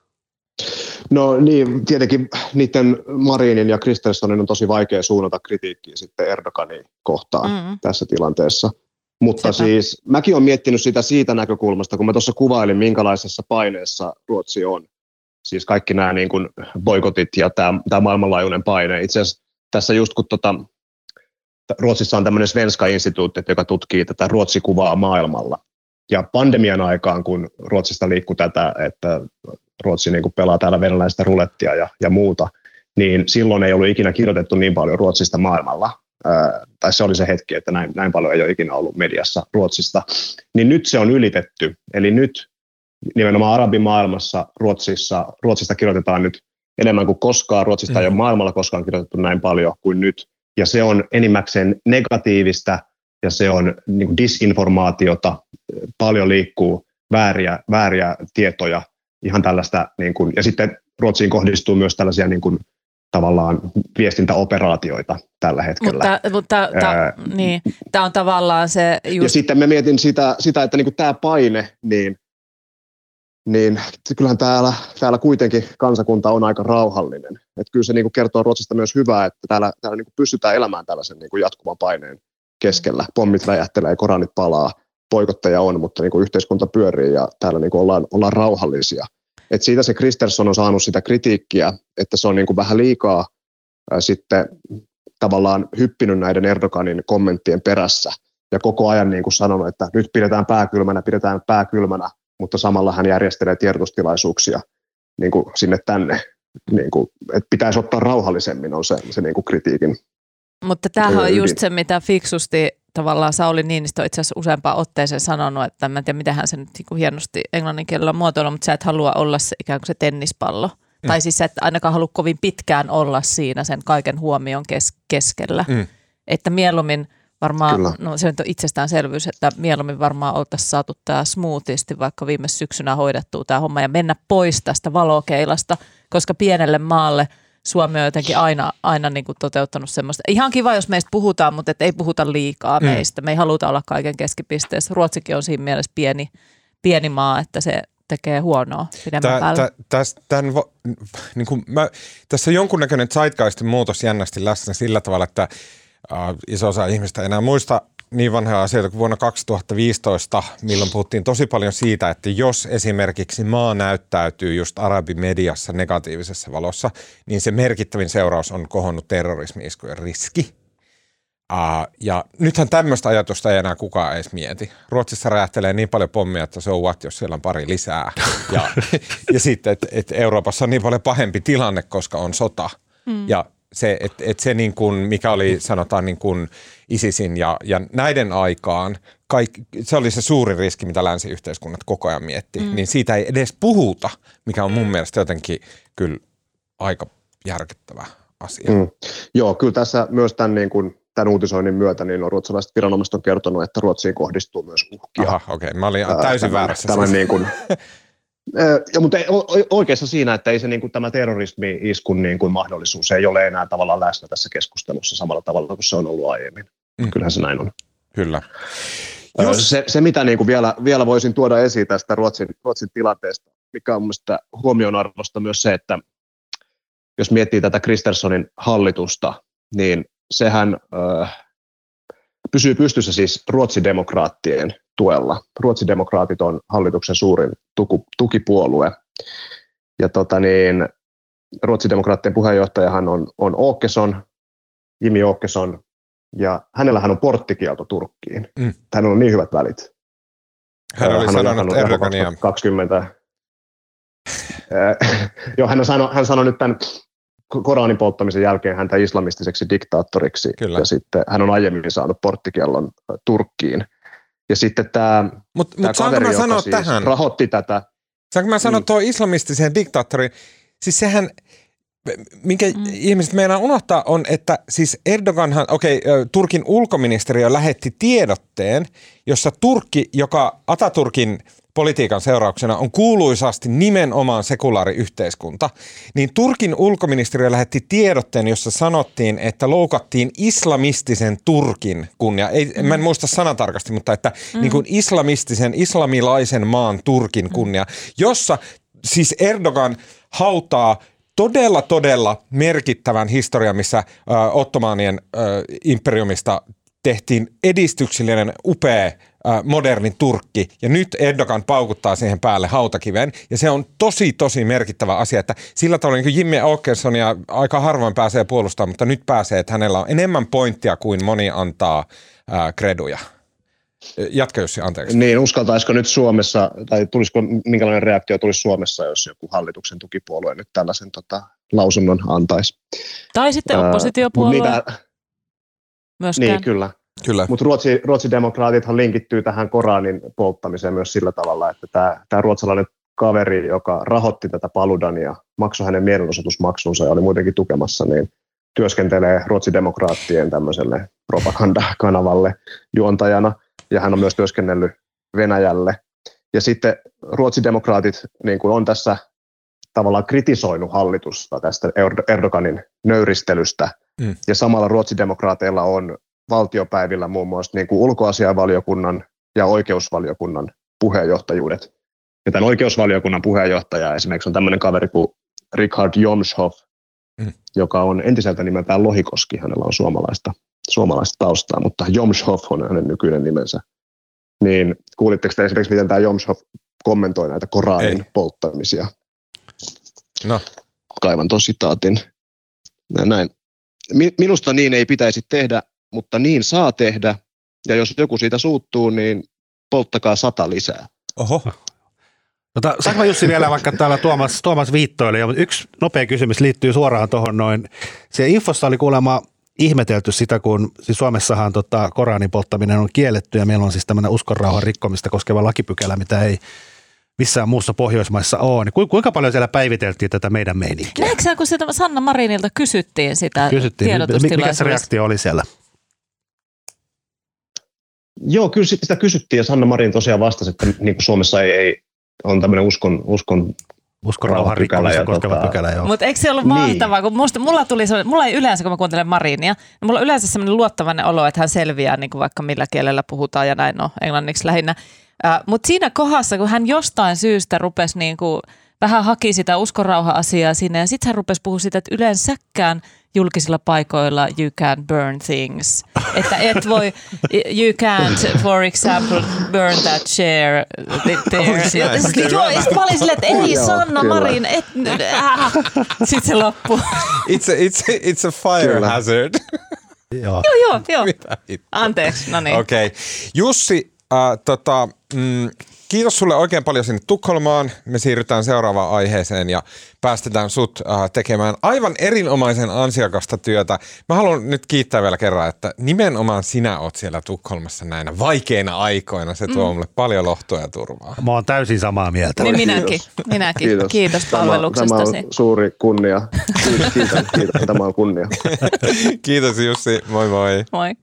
No niin, tietenkin niiden Marinin ja Kristerssonin on tosi vaikea suunnata kritiikkiä sitten Erdoganin kohtaan mm. tässä tilanteessa. Mutta Sepä. siis mäkin olen miettinyt sitä siitä näkökulmasta, kun mä tuossa kuvailin, minkälaisessa paineessa Ruotsi on. Siis kaikki nämä niin kuin boikotit ja tämä, tämä maailmanlaajuinen paine. Itse asiassa tässä just kun tota, Ruotsissa on tämmöinen Svenska-instituutti, joka tutkii tätä Ruotsi-kuvaa maailmalla. Ja pandemian aikaan, kun Ruotsista liikkui tätä, että Ruotsi niin kuin pelaa täällä venäläistä rulettia ja, ja muuta, niin silloin ei ollut ikinä kirjoitettu niin paljon Ruotsista maailmalla. Ää, tai se oli se hetki, että näin, näin paljon ei ole ikinä ollut mediassa Ruotsista. Niin nyt se on ylitetty. Eli nyt nimenomaan arabimaailmassa Ruotsissa, Ruotsista kirjoitetaan nyt enemmän kuin koskaan. Ruotsista mm. ei ole maailmalla koskaan kirjoitettu näin paljon kuin nyt. Ja se on enimmäkseen negatiivista ja se on niin kuin disinformaatiota. Paljon liikkuu vääriä, vääriä tietoja. Ihan tällaista, niin kuin, ja sitten Ruotsiin kohdistuu myös tällaisia niin kuin, tavallaan viestintäoperaatioita tällä hetkellä. Mutta, mutta ta, niin, tämä on tavallaan se just... Ja sitten mä mietin sitä, sitä että niin kuin tämä paine, niin, niin kyllähän täällä, täällä kuitenkin kansakunta on aika rauhallinen. Että kyllä se niin kuin kertoo Ruotsista myös hyvää, että täällä, täällä niin kuin pystytään elämään tällaisen niin kuin jatkuvan paineen keskellä. Pommit räjähtelee, koranit palaa, boikotteja on, mutta niin kuin yhteiskunta pyörii ja täällä niin kuin ollaan, ollaan rauhallisia. Et siitä se Kristersson on saanut sitä kritiikkiä, että se on niin kuin vähän liikaa ää, sitten tavallaan hyppinyt näiden Erdoganin kommenttien perässä ja koko ajan niin kuin sanonut, että nyt pidetään pää kylmänä, pidetään pää kylmänä, mutta samalla hän järjestelee tiedotustilaisuuksia niin kuin sinne tänne, niin kuin, että pitäisi ottaa rauhallisemmin on se, se niin kuin kritiikin. Mutta tämähän on just se, mitä fiksusti tavallaan Sauli Niinistö on itse asiassa useampaan otteeseen sanonut, että mä en tiedä, miten hän se nyt niin hienosti englannin kielellä muotoilla, mutta sä et halua olla se ikään kuin se tennispallo. Mm. Tai siis sä et ainakaan halua kovin pitkään olla siinä sen kaiken huomion kes- keskellä. Mm. Että mieluummin varmaan, Kyllä. no se on itsestäänselvyys, että mieluummin varmaan oltaisiin saatu tämä smoothisti vaikka viime syksynä hoidettua tämä homma ja mennä pois tästä valokeilasta, koska pienelle maalle Suomi on jotenkin aina, aina niin kuin toteuttanut semmoista. Ihan kiva, jos meistä puhutaan, mutta et ei puhuta liikaa mm. meistä. Me ei haluta olla kaiken keskipisteessä. Ruotsikin on siinä mielessä pieni, pieni maa, että se tekee huonoa pidemmän päälle. Täs, tämän, niin kuin mä, tässä on jonkunnäköinen zeitgeistin muutos jännästi läsnä sillä tavalla, että äh, iso osa ihmistä ei enää muista niin vanhoja asioita kuin vuonna kaksituhattaviisitoista, milloin puhuttiin tosi paljon siitä, että jos esimerkiksi maa näyttäytyy just arabimediassa negatiivisessa valossa, niin se merkittävin seuraus on kohonnut terrorismi-iskujen riski. Uh, ja nythän tämmöistä ajatusta ei enää kukaan edes mieti. Ruotsissa räjähtelee niin paljon pommia, että se on what, jos siellä on pari lisää. Ja, ja sitten, että et Euroopassa on niin paljon pahempi tilanne, koska on sota. Mm. Ja se, että et se niin kuin, mikä oli sanotaan niin kuin ISISin ja, ja näiden aikaan, kaikki, se oli se suurin riski, mitä länsiyhteiskunnat koko ajan miettii. Mm. Niin siitä ei edes puhuta, mikä on mun mielestä jotenkin kyllä aika järkyttävä asia. Mm. Joo, kyllä tässä myös tämän niin kuin tämän uutisoinnin myötä niin on ruotsalaiset viranomaiset on kertonut, että Ruotsiin kohdistuu myös uhkia. Aha, okei. Okay. Mä olin täysin tämän, väärässä. Tämän siis. Niin kuin, ja, mutta oikeassa siinä, että ei se niin kuin, tämä terrorismi-iskun niin kuin mahdollisuus ei ole enää tavallaan läsnä tässä keskustelussa samalla tavalla kuin se on ollut aiemmin. Mm. Kyllähän se näin on. Kyllä. Jos... Se, se, mitä niin kuin vielä, vielä voisin tuoda esiin tästä Ruotsin, Ruotsin tilanteesta, mikä on mielestäni huomionarvoista myös se, että jos miettii tätä Kristerssonin hallitusta, niin sehän äh, pysyy pystyssä siis ruotsidemokraattien tuella. Ruotsidemokraatit on hallituksen suurin tuku, tukipuolue. Ja tota niin, ruotsidemokraattien puheenjohtajahan on, on Åkesson, Jimmy Åkesson, ja hänellähän on porttikielto Turkkiin. Mm. Hänellä on niin hyvät välit. Hän oli hän sanonut Erdogania. kaksikymmentä Joo, hän, sano, hän sanoi nyt tämän Koranin polttamisen jälkeen häntä islamistiseksi diktaattoriksi. Kyllä. Ja sitten hän on aiemmin saanut porttikiellon Turkkiin. Ja sitten tämä, mut, tämä mut kaveri, joka siis tähän? rahoitti tätä. Saanko mä sanoa mm. tuo islamistiseen diktaattoriin? Siis sehän, minkä mm. ihmiset meinaa unohtaa on, että siis Erdoganhan, okei, okay, Turkin ulkoministeriö lähetti tiedotteen, jossa Turkki, joka Ataturkin politiikan seurauksena on kuuluisasti nimenomaan sekulaariyhteiskunta, niin Turkin ulkoministeriö lähetti tiedotteen, jossa sanottiin, että loukattiin islamistisen Turkin kunnia. Ei, mm. Mä en muista sanatarkasti, mutta että mm. niin kuin islamistisen, islamilaisen maan Turkin kunnia, jossa siis Erdogan hautaa todella, todella merkittävän historian, missä ö, Ottomaanien ö, imperiumista tehtiin edistyksellinen, upea, modernin Turkki, ja nyt Erdogan paukuttaa siihen päälle hautakiven, ja se on tosi, tosi merkittävä asia, että sillä tavalla niin kuin Jimmy Åkessonia aika harvoin pääsee puolustamaan, mutta nyt pääsee, että hänellä on enemmän pointtia kuin moni antaa ää, kreduja. Jatka Jussi, anteeksi. Niin, uskaltaisiko nyt Suomessa, tai tulisiko, minkälainen reaktio tulisi Suomessa, jos joku hallituksen tukipuolue nyt tällaisen tota, lausunnon antaisi? Tai sitten oppositiopuolue. Ää, Myöskään. Niin, kyllä. kyllä. Mutta Ruotsi, ruotsidemokraatithan linkittyy tähän Koranin polttamiseen myös sillä tavalla, että tämä, tämä ruotsalainen kaveri, joka rahoitti tätä Paludan ja maksoi hänen mielenosoitusmaksunsa ja oli muutenkin tukemassa, niin työskentelee ruotsidemokraattien tämmöiselle propagandakanavalle juontajana, ja hän on myös työskennellyt Venäjälle. Ja sitten ruotsidemokraatit niin kuin on tässä tavallaan kritisoinut hallitusta tästä Erdoganin nöyristelystä, mm. ja samalla ruotsidemokraateilla on valtiopäivillä muun muassa niin kuin ulkoasiainvaliokunnan ja oikeusvaliokunnan puheenjohtajuudet. Ja tämän oikeusvaliokunnan puheenjohtaja esimerkiksi on tämmöinen kaveri kuin Richard Jomshof, mm. joka on entiseltä nimeltään Lohikoski, hänellä on suomalaista, suomalaista taustaa, mutta Jomshof on hänen nykyinen nimensä. Niin kuulitteko te esimerkiksi, miten tämä Jomshof kommentoi näitä Koranin Ei. polttamisia? No. Kaivan tuon sitaatin. Näin. Minusta niin ei pitäisi tehdä, mutta niin saa tehdä, ja jos joku siitä suuttuu, niin polttakaa sata lisää. Oho. Tota, saanko Jussi vielä, vaikka täällä Tuomas, Tuomas viittoili, ja yksi nopea kysymys liittyy suoraan tuohon noin. Siellä infossa oli kuulemma ihmetelty sitä, kun siis Suomessahan tota, Koranin polttaminen on kielletty ja meillä on siis tämmöinen uskonrauhan rikkomista koskeva lakipykälä, mitä ei missään muussa Pohjoismaissa ole. Niin kuinka paljon siellä päiviteltiin tätä meidän meininkiä? Näetkö sä, kun sitä Sanna Marinilta kysyttiin sitä kysyttiin. tiedotustilaisuudessa? Mikä se reaktio oli siellä? Joo, kyllä sitä kysyttiin ja Sanna Marin tosiaan vastasi, että niin kuin Suomessa ei, ei on tämmöinen uskon, uskon Uskonrauhan rikkomista koskeva tota, pykälä, joo. Mutta eikö se ollut mahtavaa, niin. kun musta, mulla tuli se, mulla ei yleensä, kun mä kuuntelen Marinia, niin mulla on yleensä semmoinen luottavainen olo, että hän selviää niin kuin vaikka millä kielellä puhutaan ja näin, no englanniksi lähinnä. Uh, Mutta siinä kohdassa, kun hän jostain syystä rupesi niin kuin, vähän haki sitä uskonrauha-asiaa sinne ja sitten hän rupesi puhua siitä, että yleensäkään julkisilla paikoilla you can burn things. Että et voi, you can't, for example, burn that chair there. Joo, ja sitten mä olin silleen, että ei Sanna Marin, et, äh. Sitten se loppuu. It's a, it's a, it's a fire kyllä. hazard. Joo, joo, joo. Anteeksi, no niin. Okei. Okay. Jussi, äh, tota, mm, kiitos sulle oikein paljon sinne Tukholmaan. Me siirrytään seuraavaan aiheeseen ja päästetään sut äh, tekemään aivan erinomaisen ansiokasta työtä. Mä haluan nyt kiittää vielä kerran, että nimenomaan sinä oot siellä Tukholmassa näinä vaikeina aikoina. Se tuo mm. mulle paljon lohtua ja turvaa. Mä oon täysin samaa mieltä. Niin minäkin. minäkin. Kiitos, Kiitos palveluksestasi. Tämä on suuri kunnia. Kiitos, kiitos, kiitos. Tämä on kunnia. Kiitos Jussi. Moi moi. Moi.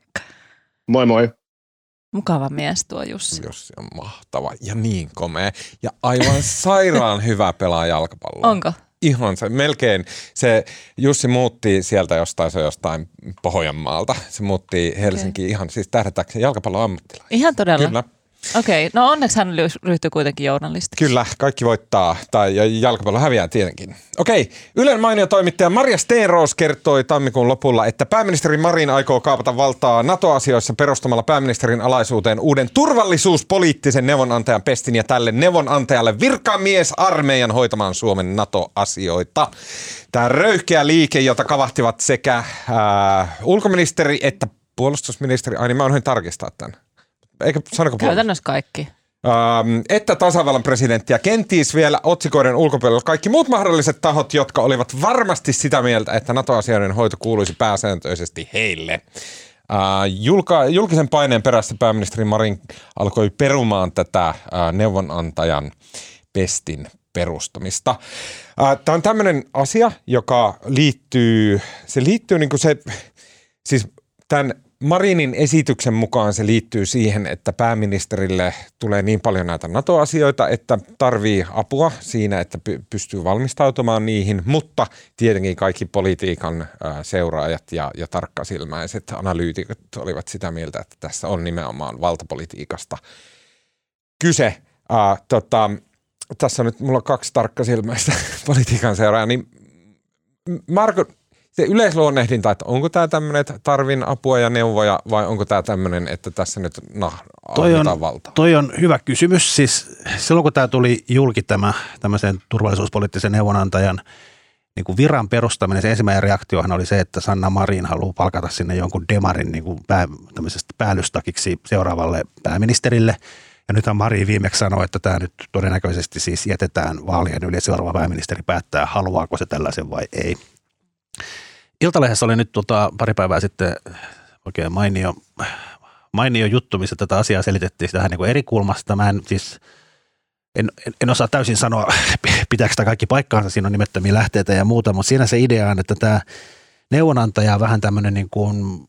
Moi moi. Mukava mies tuo Jussi. Jussi on mahtava ja niin komea ja aivan sairaan hyvä pelaa jalkapalloa. Onko? Ihan se, melkein. Se Jussi muutti sieltä jostain, se jostain Pohjanmaalta. Se muutti Helsinkiin okay. ihan siis tähdätäkseen jalkapallon ammattilainen. Ihan todella? Kyllä. Okei, okay. No onneksi hän ryhtyi kuitenkin journalistiksi. Kyllä, kaikki voittaa, tai jalkapallo häviää tietenkin. Okei, Ylen mainio toimittaja Marja Stenroos kertoi tammikuun lopulla, että pääministeri Marin aikoo kaapata valtaa NATO-asioissa perustamalla pääministerin alaisuuteen uuden turvallisuuspoliittisen neuvonantajan pestin ja tälle neuvonantajalle virkamiesarmeijan hoitamaan Suomen NATO-asioita. Tämä röyhkeä liike, jota kavahtivat sekä äh, ulkoministeri että puolustusministeri, ai niin mä unohdin tarkistaa tämän. Eikä, sanoko käytännössä kaikki. Ähm, että tasavallan presidentti ja kenties vielä otsikoiden ulkopuolella kaikki muut mahdolliset tahot, jotka olivat varmasti sitä mieltä, että NATO-asioiden hoito kuuluisi pääsääntöisesti heille. Äh, julka, julkisen paineen perässä pääministeri Marin alkoi perumaan tätä äh, neuvonantajan pestin perustamista. Äh, Tämä on tämmöinen asia, joka liittyy, se liittyy niin kuin se, siis tämän Marinin esityksen mukaan se liittyy siihen, että pääministerille tulee niin paljon näitä NATO-asioita, että tarvii apua siinä, että pystyy valmistautumaan niihin, mutta tietenkin kaikki politiikan seuraajat ja, ja tarkkasilmäiset analyytikot olivat sitä mieltä, että tässä on nimenomaan valtapolitiikasta kyse. Äh, tota, tässä on nyt, mulla on kaksi tarkkasilmäistä politiikan seuraajaa, niin Marko, se yleisluonnehdinta, että onko tämä tämmöinen, että tarvin apua ja neuvoja vai onko tämä tämmöinen, että tässä nyt nah, annetaan valtaa? Toi on hyvä kysymys. Siis silloin kun tämä tuli julki tämä tämmöisen turvallisuuspoliittisen neuvonantajan niin kuin viran perustaminen, se ensimmäinen reaktiohan oli se, että Sanna Marin haluaa palkata sinne jonkun demarin niin kuin pää, päällystakiksi seuraavalle pääministerille. Ja nythän Marin viimeksi sanoi, että tämä nyt todennäköisesti siis jätetään vaalien yli, seuraava pääministeri päättää, haluaako se tällaisen vai ei. Iltalehdessä oli nyt tota, pari päivää sitten oikein mainio, mainio juttu, missä tätä asiaa selitettiin sitä niin kuin eri kulmasta. Mä en, siis, en, en osaa täysin sanoa, pitääkö tämä kaikki paikkaansa, siinä on nimettömiä lähteitä ja muuta, mutta siinä se idea on, että tämä neuvonantaja on vähän tämmöinen niin kuin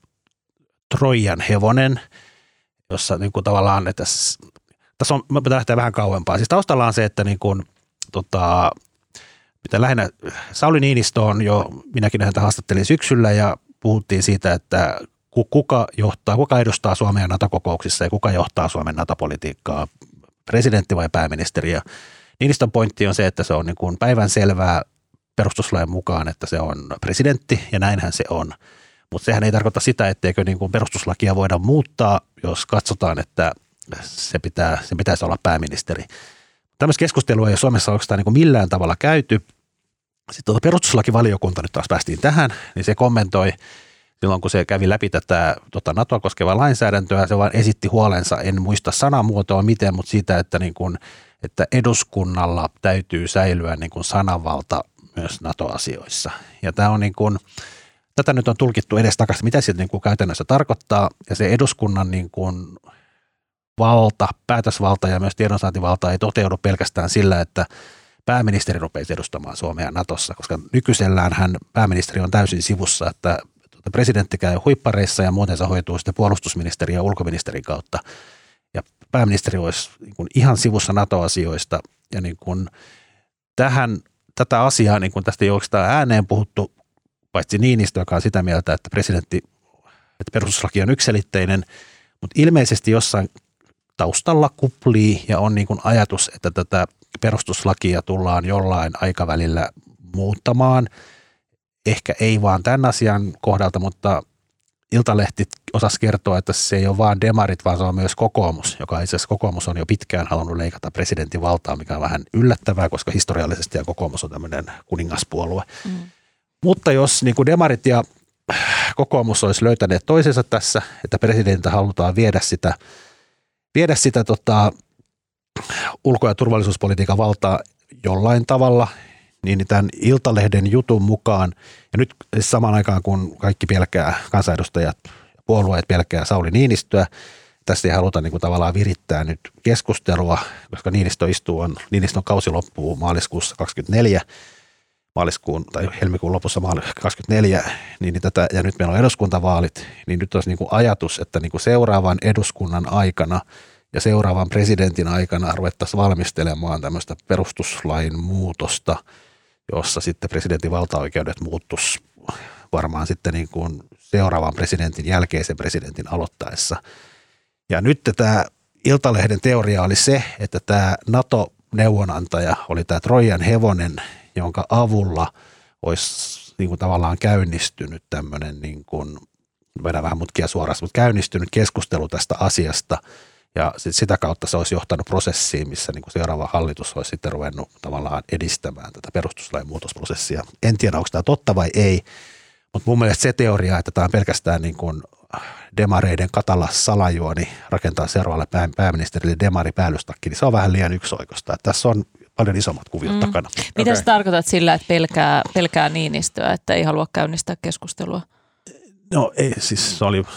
Trojan hevonen, jossa niin kuin tavallaan, että tässä on, mä pitää lähteä vähän kauempaa. Siis taustalla on se, että niin kuin, tota, mitä lähinnä Sauli Niinistö on jo, minäkin häntä haastattelin syksyllä ja puhuttiin siitä, että kuka johtaa, kuka edustaa Suomea NATO-kokouksissa ja kuka johtaa Suomen NATO-politiikkaa, presidentti vai pääministeri. Ja Niinistön pointti on se, että se on niin kuin päivänselvää perustuslain mukaan, että se on presidentti ja näinhän se on. Mutta sehän ei tarkoita sitä, etteikö niin kuin perustuslakia voida muuttaa, jos katsotaan, että se, pitää, se pitäisi olla pääministeri. Tämmöistä keskustelua ei ole Suomessa oikeastaan niin kuin millään tavalla käyty. Sitten tuota perustuslakivaliokunta, nyt taas päästiin tähän, niin se kommentoi silloin, kun se kävi läpi tätä tota NATOa koskevaa lainsäädäntöä, se vaan esitti huolensa, en muista sanamuotoa miten, mutta siitä, että, niin kuin, että eduskunnalla täytyy säilyä niin kuin sananvalta myös NATO-asioissa. Ja tämä on niin kuin, tätä nyt on tulkittu edestakaisin, mitä se niin kuin käytännössä tarkoittaa, ja se eduskunnan niin kuin valta, päätösvalta ja myös tiedonsaantivalta ei toteudu pelkästään sillä, että pääministeri rupeisi edustamaan Suomea Natossa, koska nykyisellään hän pääministeri on täysin sivussa, että presidentti käy huippareissa ja muuten se hoituu sitten puolustusministeri ja ulkoministerin kautta. Ja pääministeri olisi niin kuin ihan sivussa NATO-asioista ja niin kuin tähän, tätä asiaa, niin kuin tästä ei oikeastaan ääneen puhuttu, paitsi Niinistö, joka on sitä mieltä, että presidentti, että perustuslaki on yksiselitteinen, mutta ilmeisesti jossain taustalla kuplii ja on niin kuin ajatus, että tätä perustuslakia tullaan jollain aikavälillä muuttamaan. Ehkä ei vaan tämän asian kohdalta, mutta Iltalehti osasi kertoa, että se ei ole vaan demarit, vaan se on myös kokoomus, joka itse asiassa kokoomus on jo pitkään halunnut leikata presidentin valtaa, mikä on vähän yllättävää, koska historiallisesti ja kokoomus on tämmöinen kuningaspuolue. Mm. Mutta jos niin kuin demarit ja kokoomus olisi löytäneet toisensa tässä, että presidentiltä halutaan viedä sitä, viedä sitä tota, ulko- ja turvallisuuspolitiikan valtaa jollain tavalla, niin tämän Iltalehden jutun mukaan, ja nyt samaan aikaan kun kaikki pelkää kansanedustajat ja puolueet pelkää Sauli Niinistöä, tästä ei haluta niin kuin tavallaan virittää nyt keskustelua, koska Niinistö istuu, on, Niinistön kausi loppuu maaliskuussa kaksikymmentäneljä, maaliskuun tai helmikuun lopussa kaksikymmentäneljä, niin, niin tätä, ja nyt meillä on eduskuntavaalit, niin nyt olisi niin kuin ajatus, että niin kuin seuraavan eduskunnan aikana ja seuraavan presidentin aikana ruvettaisiin valmistelemaan tämmöistä perustuslain muutosta, jossa sitten presidentin valtaoikeudet muuttuisi varmaan sitten niin kuin seuraavan presidentin jälkeisen presidentin aloittaessa. Ja nyt tämä Iltalehden teoria oli se, että tämä NATO-neuvonantaja oli tämä Trojan hevonen, jonka avulla olisi niin kuin tavallaan käynnistynyt tämmöinen, niin kuin, vedän vähän mutkia suoraan, mutta käynnistynyt keskustelu tästä asiasta. Ja sit sitä kautta se olisi johtanut prosessiin, missä niin kuin seuraava hallitus olisi sitten ruvennut tavallaan edistämään tätä perustuslain muutosprosessia. En tiedä, onko tämä totta vai ei, mutta mun mielestä se teoria, että tämä on pelkästään niin kuin demareiden katala salajuoni rakentaa seuraavalle pää, pääministerille demari päällystakki, niin se on vähän liian yksioikoista. Tässä on paljon isommat kuviot mm. takana. Mitä okay. sä tarkoitat sillä, että pelkää, pelkää Niinistöä, että ei halua käynnistää keskustelua? No ei, siis se oli...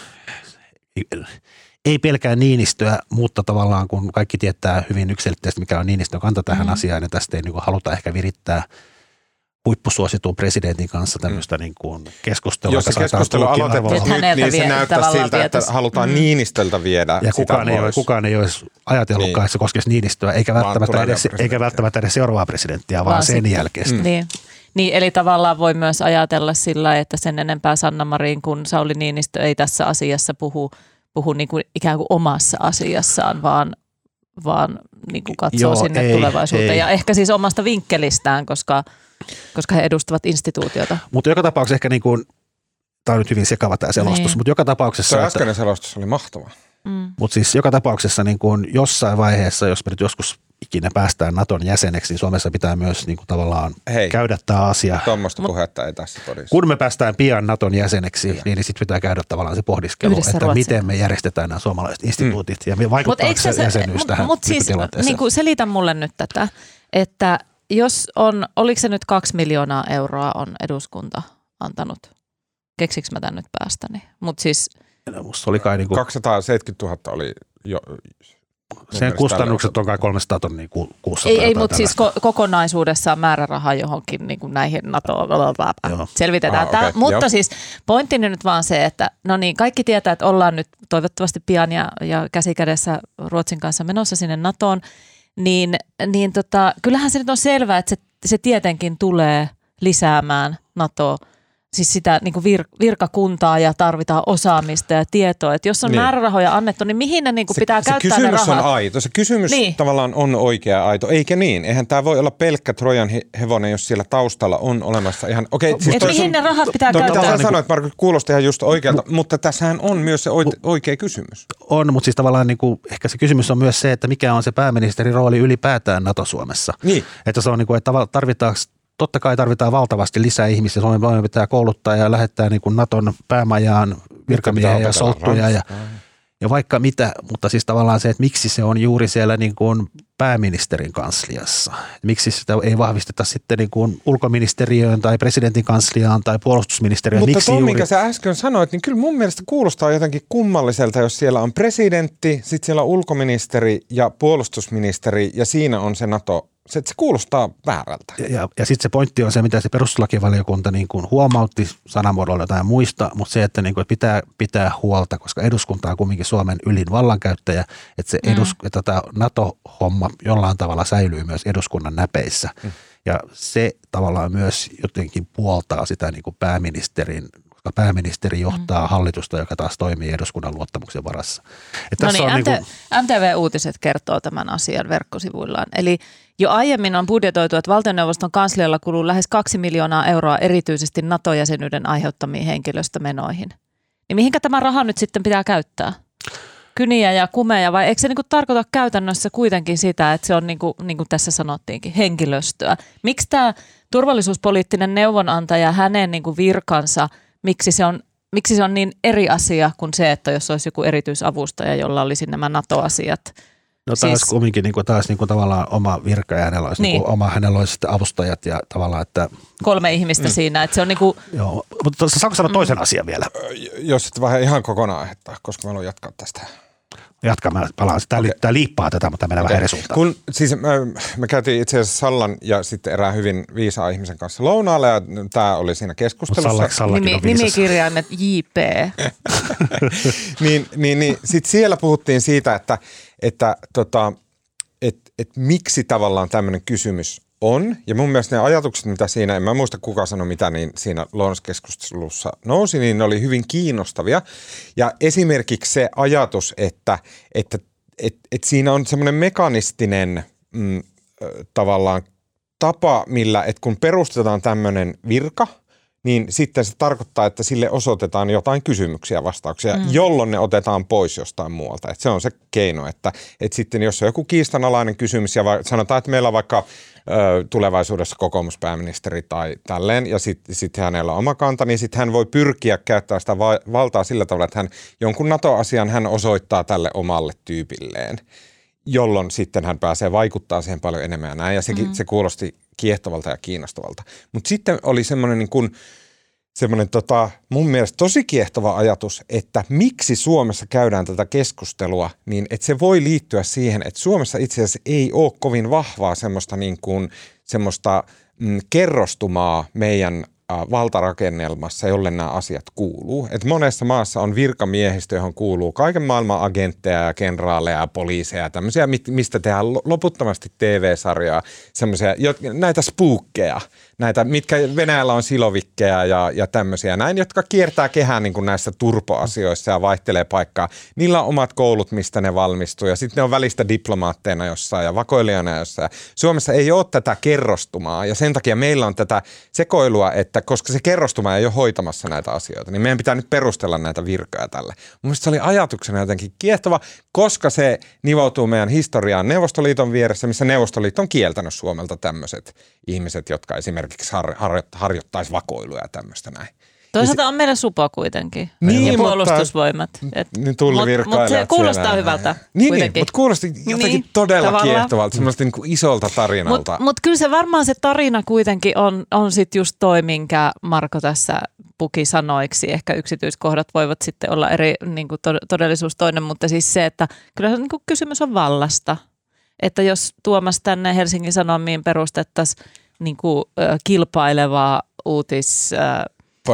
Ei pelkää Niinistöä, mutta tavallaan kun kaikki tietää hyvin yksilitteisesti, mikä on Niinistön kanta tähän mm. asiaan, ja tästä ei niin kuin haluta ehkä virittää huippusuositun presidentin kanssa tämmöistä mm. niin kuin keskustelua. Jos se keskustelu aloitettaisiin nyt, niin se näyttää siltä, että halutaan mm. Niinistöltä viedä ja sitä kukaan ei, ole, kukaan ei olisi ajatellutkaan, niin. että se koskisi Niinistöä, eikä välttämättä, edes, eikä välttämättä edes seuraavaa presidenttiä, vaan, vaan sen jälkeistä. Mm. Niin. Niin, eli tavallaan voi myös ajatella sillä, että sen enempää Sanna Marin kuin Sauli Niinistö ei tässä asiassa puhu puhu niin kuin ikään kuin omassa asiassaan, vaan, vaan niin kuin katsoo Joo, sinne ei, tulevaisuuteen. Ei. Ja ehkä siis omasta vinkkelistään, koska, koska he edustavat instituutiota. Mutta joka tapauksessa ehkä, niin kuin, tämä on nyt hyvin sekava tämä selostus, niin. mutta joka tapauksessa... Tuo äskeinen selostus oli mahtava. Mm. Mutta siis joka tapauksessa niin kuin jossain vaiheessa, jos me nyt joskus ikinä päästään Naton jäseneksi, niin Suomessa pitää myös niin kuin tavallaan Hei, käydä tämä asia. Tuommoista puhetta ei tässä todista. Kun me päästään pian Naton jäseneksi, Kyllä. niin, niin sitten pitää käydä tavallaan se pohdiskelu, Yhdessä että Ruotsin. miten me järjestetään nämä suomalaiset instituutit mm. ja vaikuttaako se, se jäsenyys mut, tähän Mutta siis niin kuin selitä mulle nyt tätä, että jos on, oliko se nyt kaksi miljoonaa euroa on eduskunta antanut, keksikö mä tän nyt päästäni? Mut siis, musta oli kai niin kuin kaksisataaseitsemänkymmentätuhatta oli jo... Sen kustannukset on kai kolmesataa tonnia kuussa. Ei, ei mutta siis ko- kokonaisuudessaan määräraha johonkin niin kuin näihin NATO, selvitetään ah, tämä. Okay, mutta jo. Siis pointtini nyt vaan se, että no niin, kaikki tietää, että ollaan nyt toivottavasti pian ja, ja käsikädessä Ruotsin kanssa menossa sinne NATOon, niin, niin tota, kyllähän se nyt on selvää, että se, se tietenkin tulee lisäämään NATOa. Siis sitä niin kuin vir, virkakuntaa ja tarvitaan osaamista ja tietoa. Että jos on niin. määrärahoja annettu, niin mihin ne niin kuin se, pitää se käyttää ne rahat? Se kysymys on aito. Se kysymys niin. tavallaan on oikea aito. Eikä niin. Eihän tämä voi olla pelkkä Trojan hevonen, jos siellä taustalla on olemassa ihan... Okay, siis että mihin sun, ne rahat pitää to, käyttää? Mitä sä sanoit, Markus, kuulosti ihan just oikealta, no, mutta tässähän on myös se oikea kysymys. On, mutta siis tavallaan niin kuin, ehkä se kysymys on myös se, että mikä on se pääministerin rooli ylipäätään NATO-Suomessa. Niin. Että se on niin kuin, että tarvitaanko... Totta kai tarvitaan valtavasti lisää ihmisiä. Suomen pitää kouluttaa ja lähettää niin kuin Naton päämajaan virkamiehiä ja solttuja. Ja, ja vaikka mitä, mutta siis tavallaan se, että miksi se on juuri siellä niin kuin pääministerin kansliassa. Miksi sitä ei vahvisteta sitten niin kuin ulkoministeriöön tai presidentin kansliaan tai puolustusministeriöön. Mutta miksi tuo, juuri... mikä sä äsken sanoit, niin kyllä mun mielestä kuulostaa jotenkin kummalliselta, jos siellä on presidentti, sitten siellä on ulkoministeri ja puolustusministeri ja siinä on se NATO. Se, se kuulostaa väärältä. Ja, ja, ja sitten se pointti on se, mitä se perustuslakivaliokunta niin kuin huomautti sanamuodolla jotain muista, mutta se, että, niin kuin, että pitää pitää huolta, koska eduskunta on kumminkin Suomen ylin vallankäyttäjä, että se edus, mm. että tämä NATO-homma jollain tavalla säilyy myös eduskunnan näpeissä. Mm. Ja se tavallaan myös jotenkin puoltaa sitä niin kuin pääministerin, koska pääministeri johtaa mm. hallitusta, joka taas toimii eduskunnan luottamuksen varassa. No niin, on M T, niin kuin... M T V-uutiset kertoo tämän asian verkkosivuillaan. Eli jo aiemmin on budjetoitu, että valtioneuvoston kanslialla kuluu lähes kaksi miljoonaa euroa erityisesti NATO-jäsenyyden aiheuttamiin henkilöstömenoihin. Niin mihinkä tämä raha nyt sitten pitää käyttää? Kyniä ja kumeja vai eikö se niinku tarkoita käytännössä kuitenkin sitä, että se on niin kuin, niin kuin tässä sanottiinkin, henkilöstöä? Miksi tämä turvallisuuspoliittinen neuvonantaja, hänen niin kuin virkansa, miksi se on Miksi se on niin eri asia kuin se, että jos olisi joku erityisavustaja, jolla olisi nämä NATO-asiat? No taas siis... kumminkin niin kuin, taas niin kuin tavallaan oma virka ja hänellä olisi, niin. Niin kuin, oma, hänellä olisi sitten avustajat ja tavallaan, että... Kolme ihmistä mm. siinä, että se on niin kuin... Joo, mutta saanko sanoa mm. toisen asian vielä? Jos et vähän ihan kokonaan aihetta, koska mä haluan jatkaa tästä. Jatka, mä palaan. Tämä, okay. tämä liippaa tätä, mutta mennään okay. vähän eri suuntaan. Kun, siis me, me käytiin itse asiassa Sallan ja sitten erään hyvin viisaan ihmisen kanssa lounaalla ja tämä oli siinä keskustelussa. Salla, Nimi, nimikirjaimet J P. niin niin, niin sitten siellä puhuttiin siitä, että, että tota, et, et miksi tavallaan tämmöinen kysymys on. Ja mun mielestä ne ajatukset, mitä siinä, en mä muista kuka sanoi mitä, niin siinä lounaskeskustelussa nousi, niin ne oli hyvin kiinnostavia. Ja esimerkiksi se ajatus, että, että et, et siinä on semmoinen mekanistinen mm, tavallaan tapa, millä, että kun perustetaan tämmöinen virka, niin sitten se tarkoittaa, että sille osoitetaan jotain kysymyksiä ja vastauksia, mm. jolloin ne otetaan pois jostain muualta. Että se on se keino, että, että sitten jos on joku kiistanalainen kysymys ja va- sanotaan, että meillä on vaikka ö, tulevaisuudessa kokoomuspääministeri tai tälleen ja sitten sit hänellä on oma kanta, niin sitten hän voi pyrkiä käyttää sitä va- valtaa sillä tavalla, että hän jonkun NATO-asian hän osoittaa tälle omalle tyypilleen, jolloin sitten hän pääsee vaikuttaa siihen paljon enemmän ja näin. Ja sekin, mm. se kuulosti kiehtovalta ja kiinnostavalta. Mutta sitten oli semmoinen niin kuin, semmoinen tota, mun mielestä tosi kiehtova ajatus, että miksi Suomessa käydään tätä keskustelua, niin että se voi liittyä siihen, että Suomessa itse asiassa ei ole kovin vahvaa semmoista, niin kuin, semmoista mm, kerrostumaa meidän valtarakennelmassa, jolle nämä asiat kuuluu. Et monessa maassa on virkamiehistö, johon kuuluu kaiken maailman agentteja ja kenraaleja ja poliiseja ja tämmöisiä, mistä tehdään loputtomasti T V-sarjaa, semmoisia, näitä spookkeja, näitä, mitkä Venäjällä on silovikkeja ja, ja tämmöisiä näin, jotka kiertää kehää niin kuin näissä turpoasioissa ja vaihtelee paikkaa. Niillä on omat koulut, mistä ne valmistuu ja sitten ne on välistä diplomaatteina jossain ja vakoilijana jossain. Suomessa ei ole tätä kerrostumaa ja sen takia meillä on tätä sekoilua, että koska se kerrostuma ei ole hoitamassa näitä asioita, niin meidän pitää nyt perustella näitä virkoja tälle. Mun mielestä se oli ajatuksena jotenkin kiehtova, koska se nivoutuu meidän historiaan Neuvostoliiton vieressä, missä Neuvostoliitto on kieltänyt Suomelta tämmöiset ihmiset, jotka esimerkiksi har- har- harjoittaisi vakoiluja ja tämmöistä näin. Toisaalta on meillä supo kuitenkin niin, ja puolustusvoimat. Et, niin tullivirkailijat. Mutta se kuulostaa siellä hyvältä Niin, niin mutta kuulosti jotenkin niin, todella tavallaan kiehtovalta, semmoista niin kuin isolta tarinalta. Mutta mut kyllä se varmaan se tarina kuitenkin on, on sitten just toi, minkä Marko tässä puki sanoiksi. Ehkä yksityiskohdat voivat sitten olla eri, niin kuin todellisuus toinen, mutta siis se, että kyllä se niin kuin kysymys on vallasta. Että jos Tuomas tänne Helsingin Sanomiin perustettaisiin niin kuin, äh, kilpailevaa uutis... Äh,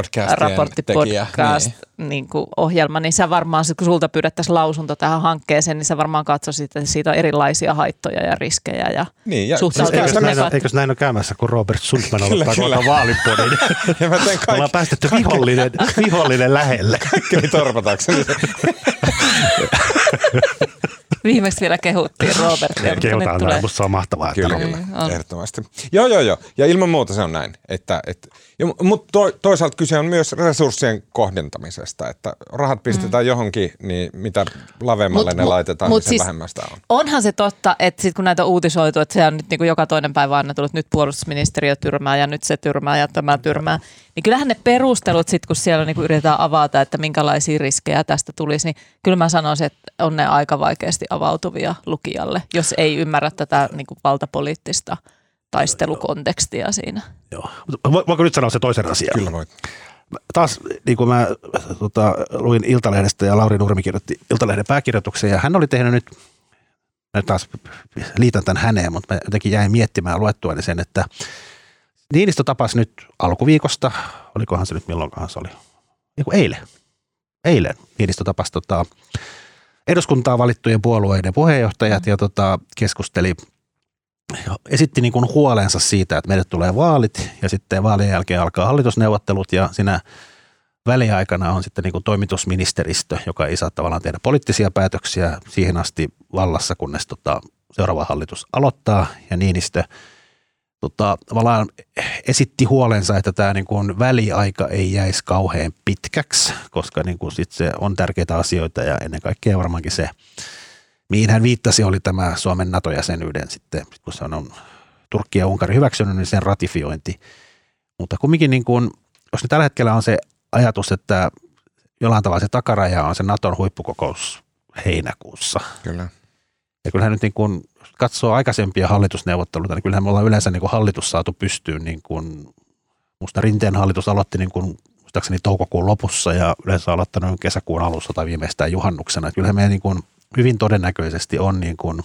raporttipodcast niin. niin ohjelma, niin sä varmaan, kun sulta pyydettäisiin lausunto tähän hankkeeseen, niin sä varmaan katsoisit, että siitä on erilaisia haittoja ja riskejä ja, niin, ja suhtautumista. Eikö näin, eikö näin ole käymässä, kun Robert Sundman ottaa koko vaalipodin? Ollaan päästetty vihollinen, vihollinen lähelle. Kaikki torpatakseni. Viimeksi vielä kehuttiin Robertia. Kehutaan, tulee... musta se on mahtavaa. Kyllä, kyllä. Mm, ehdottomasti. Joo, joo, joo. Ja ilman muuta se on näin. Että, et, mutta to, toisaalta kyse on myös resurssien kohdentamisesta, että rahat pistetään mm. johonkin, niin mitä lavemmalle mut, ne mut, laitetaan, mut niin sen siis vähemmästä on. Onhan se totta, että sit kun näitä on uutisoitu, että se on nyt niin kuin joka toinen päivä aina tullut, nyt puolustusministeriö tyrmää ja nyt se tyrmää ja tämä tyrmää, niin kyllähän ne perustelut sit, kun siellä niin kuin yritetään avata, että minkälaisia riskejä tästä tulisi, niin kyllä mä sanoisin, että on ne aika vaikeasti avautuvia lukijalle, jos ei ymmärrä tätä niin kuin valtapoliittista taistelukontekstia siinä. Joo. Voinko nyt sanoa se toisen asian? Kyllä voit. Taas niin kuin mä tota, luin Iltalehdestä ja Lauri Nurmi kirjoitti Iltalehden pääkirjoituksen ja hän oli tehnyt nyt, nyt taas liitän tämän häneen, mutta mä jotenkin jäin miettimään luettuani sen, että Niinistö tapasi nyt alkuviikosta, olikohan se nyt milloinkaan se oli, niin eilen, eilen Niinistö tapasi tota, eduskuntaa valittujen puolueiden puheenjohtajat ja tota, keskusteli, esitti niin kuin huolensa siitä, että meille tulee vaalit ja sitten vaalien jälkeen alkaa hallitusneuvottelut ja siinä väliaikana on sitten niin kuin toimitusministeristö, joka ei saa tavallaan tehdä poliittisia päätöksiä siihen asti vallassa, kunnes tota, seuraava hallitus aloittaa ja Niinistö tota, tavallaan esitti huolensa, että tämä niin kuin väliaika ei jäisi kauhean pitkäksi, koska niin kuin sit se on tärkeitä asioita ja ennen kaikkea varmaankin se, mihin hän viittasi, oli tämä Suomen NATO-jäsenyyden sitten, kun se on Turkki ja Unkari hyväksynyt, niin sen ratifiointi. Mutta kumminkin, niin kuin, jos tällä hetkellä on se ajatus, että jollain tavalla se takaraja on se Naton huippukokous heinäkuussa. Kyllä. Ja kyllähän nyt niin kuin, jos katsoo aikaisempia hallitusneuvotteluita, niin kyllähän me ollaan yleensä niin kuin hallitus saatu pystyyn, niin kuin, musta Rinteen hallitus aloitti niin kuin, muistaakseni toukokuun lopussa ja yleensä aloittanut kesäkuun alussa tai viimeistään juhannuksena. Että kyllähän meidän niin kuin, hyvin todennäköisesti on niin kuin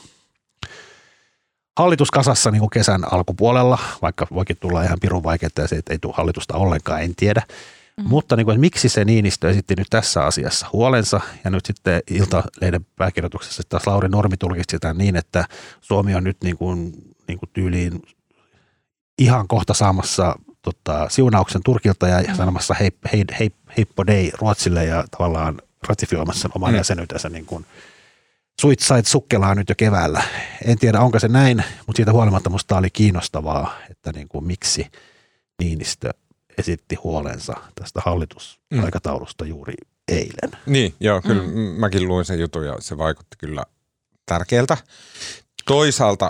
hallitus kasassa niin kuin kesän alkupuolella, vaikka voikin tulla ihan pirun vaikeaa ja se, että ei tule hallitusta ollenkaan, en tiedä. Mm-hmm. Mutta niin kuin, että miksi se Niinistö esitti nyt tässä asiassa huolensa ja nyt sitten Iltalehden pääkirjoituksessa taas Lauri Nurmi tulkisti sitä niin, että Suomi on nyt niin kuin, niin kuin tyyliin ihan kohta saamassa tota, siunauksen Turkilta ja mm-hmm. sanomassa hei, hei, hei, heippo dei Ruotsille ja tavallaan ratifioimassa sen oman mm-hmm. jäsenyytensä niin kuin suitsait sukkelaa nyt jo keväällä. En tiedä, onko se näin, mutta siitä huolimatta musta oli kiinnostavaa, että niin kuin miksi Niinistö esitti huolensa tästä hallitusaikataulusta juuri eilen. Niin, joo, kyllä mm. mäkin luin sen jutun ja se vaikutti kyllä tärkeältä. Toisaalta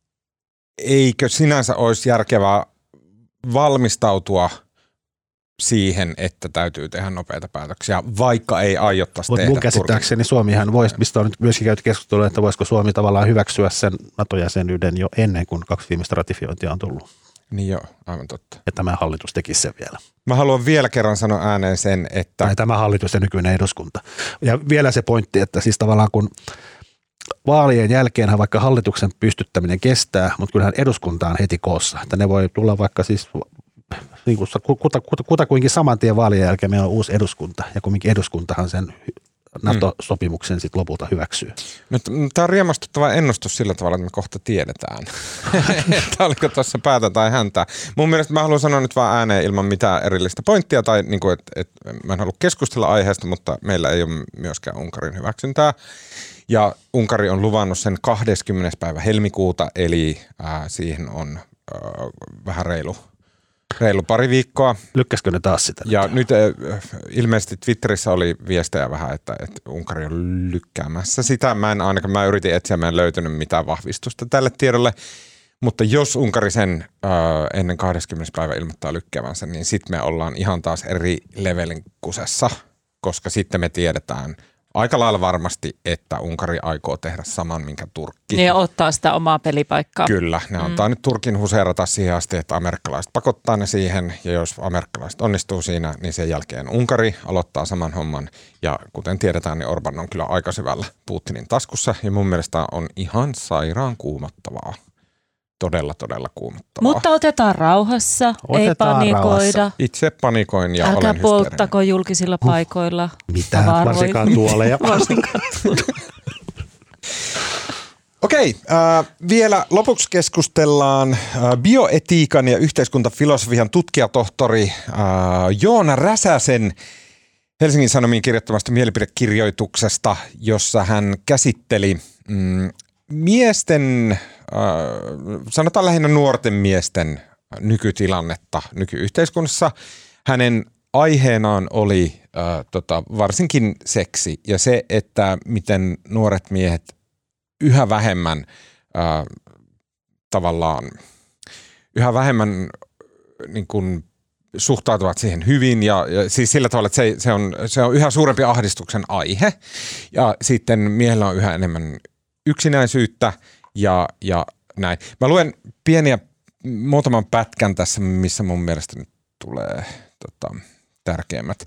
eikö sinänsä olisi järkevää valmistautua siihen, että täytyy tehdä nopeita päätöksiä, vaikka ei aiottaisi tehdä. Mun käsittääkseni Suomihan voisi, mistä on nyt myöskin käyty keskustelua, että voisiko Suomi tavallaan hyväksyä sen NATO-jäsenyyden jo ennen kuin kaksi viimeistä ratifiointia on tullut. Niin joo, aivan totta. Ja tämä hallitus tekisi sen vielä. Mä haluan vielä kerran sanoa ääneen sen, että... Tai tämä hallitus ja nykyinen eduskunta. Ja vielä se pointti, että siis tavallaan kun vaalien jälkeenhän vaikka hallituksen pystyttäminen kestää, mutta kyllähän eduskunta on heti koossa. Että ne voi tulla vaikka siis... Niin kuin kuta, kuta, kutakuinkin saman tien vaalien jälkeen meillä on uusi eduskunta, ja kumminkin eduskuntahan sen NATO-sopimuksen sitten lopulta hyväksyy. No, tämä on riemastuttava ennustus sillä tavalla, että me kohta tiedetään, että oliko tuossa päätä tai häntä. Mun mielestä mä haluan sanoa nyt vaan ääneen ilman mitään erillistä pointtia, tai niin kuin, että, että mä en halua keskustella aiheesta, mutta meillä ei ole myöskään Unkarin hyväksyntää. Ja Unkari on luvannut sen kahdeskymmenes päivä helmikuuta, eli äh, siihen on äh, vähän reilu. Reilu pari viikkoa. Lykkäskö ne taas sitä? Ja nyt äh, ilmeisesti Twitterissä oli viestejä vähän, että, että Unkari on lykkäämässä sitä. Mä en ainakaan, mä yritin etsiä, mä en löytynyt mitään vahvistusta tälle tiedolle. Mutta jos Unkari sen äh, ennen kahdeskymmenes päivä ilmoittaa lykkäävänsä, niin sitten me ollaan ihan taas eri levelin kusessa, koska sitten me tiedetään aika lailla varmasti, että Unkari aikoo tehdä saman, minkä Turkki. Ja ottaa sitä omaa pelipaikkaa. Kyllä, ne antaa mm. nyt Turkin huseerata siihen asti, että amerikkalaiset pakottaa ne siihen, ja jos amerikkalaiset onnistuu siinä, niin sen jälkeen Unkari aloittaa saman homman, ja kuten tiedetään, niin Orban on kyllä aika syvällä Putinin taskussa, ja mun mielestä on ihan sairaan kuumottavaa. Todella, todella kuumottavaa. Mutta otetaan rauhassa, otetaan ei panikoida. Rauhassa. Itse panikoin ja älkää olen hysteerinen. Älkää polttako julkisilla paikoilla. Mitä? Varsinkaan tuoleja. Varsinkaan tuoleja. Okei, äh, vielä lopuksi keskustellaan äh, bioetiikan ja yhteiskuntafilosofian tutkijatohtori äh, Joona Räsäsen Helsingin Sanomiin kirjoittamasta mielipidekirjoituksesta, jossa hän käsitteli mm, miesten, äh, sanotaan lähinnä nuorten miesten nykytilannetta nykyyhteiskunnassa. Hänen aiheenaan oli äh, tota, varsinkin seksi ja se, että miten nuoret miehet yhä vähemmän äh, tavallaan, yhä vähemmän niin kuin suhtautuvat siihen hyvin ja, ja siis sillä tavalla, että se, se, on, se on yhä suurempi ahdistuksen aihe ja sitten miehellä on yhä enemmän yksinäisyyttä ja, ja näin. Mä luen pieniä muutaman pätkän tässä, missä mun mielestä nyt tulee tota, tärkeimmät.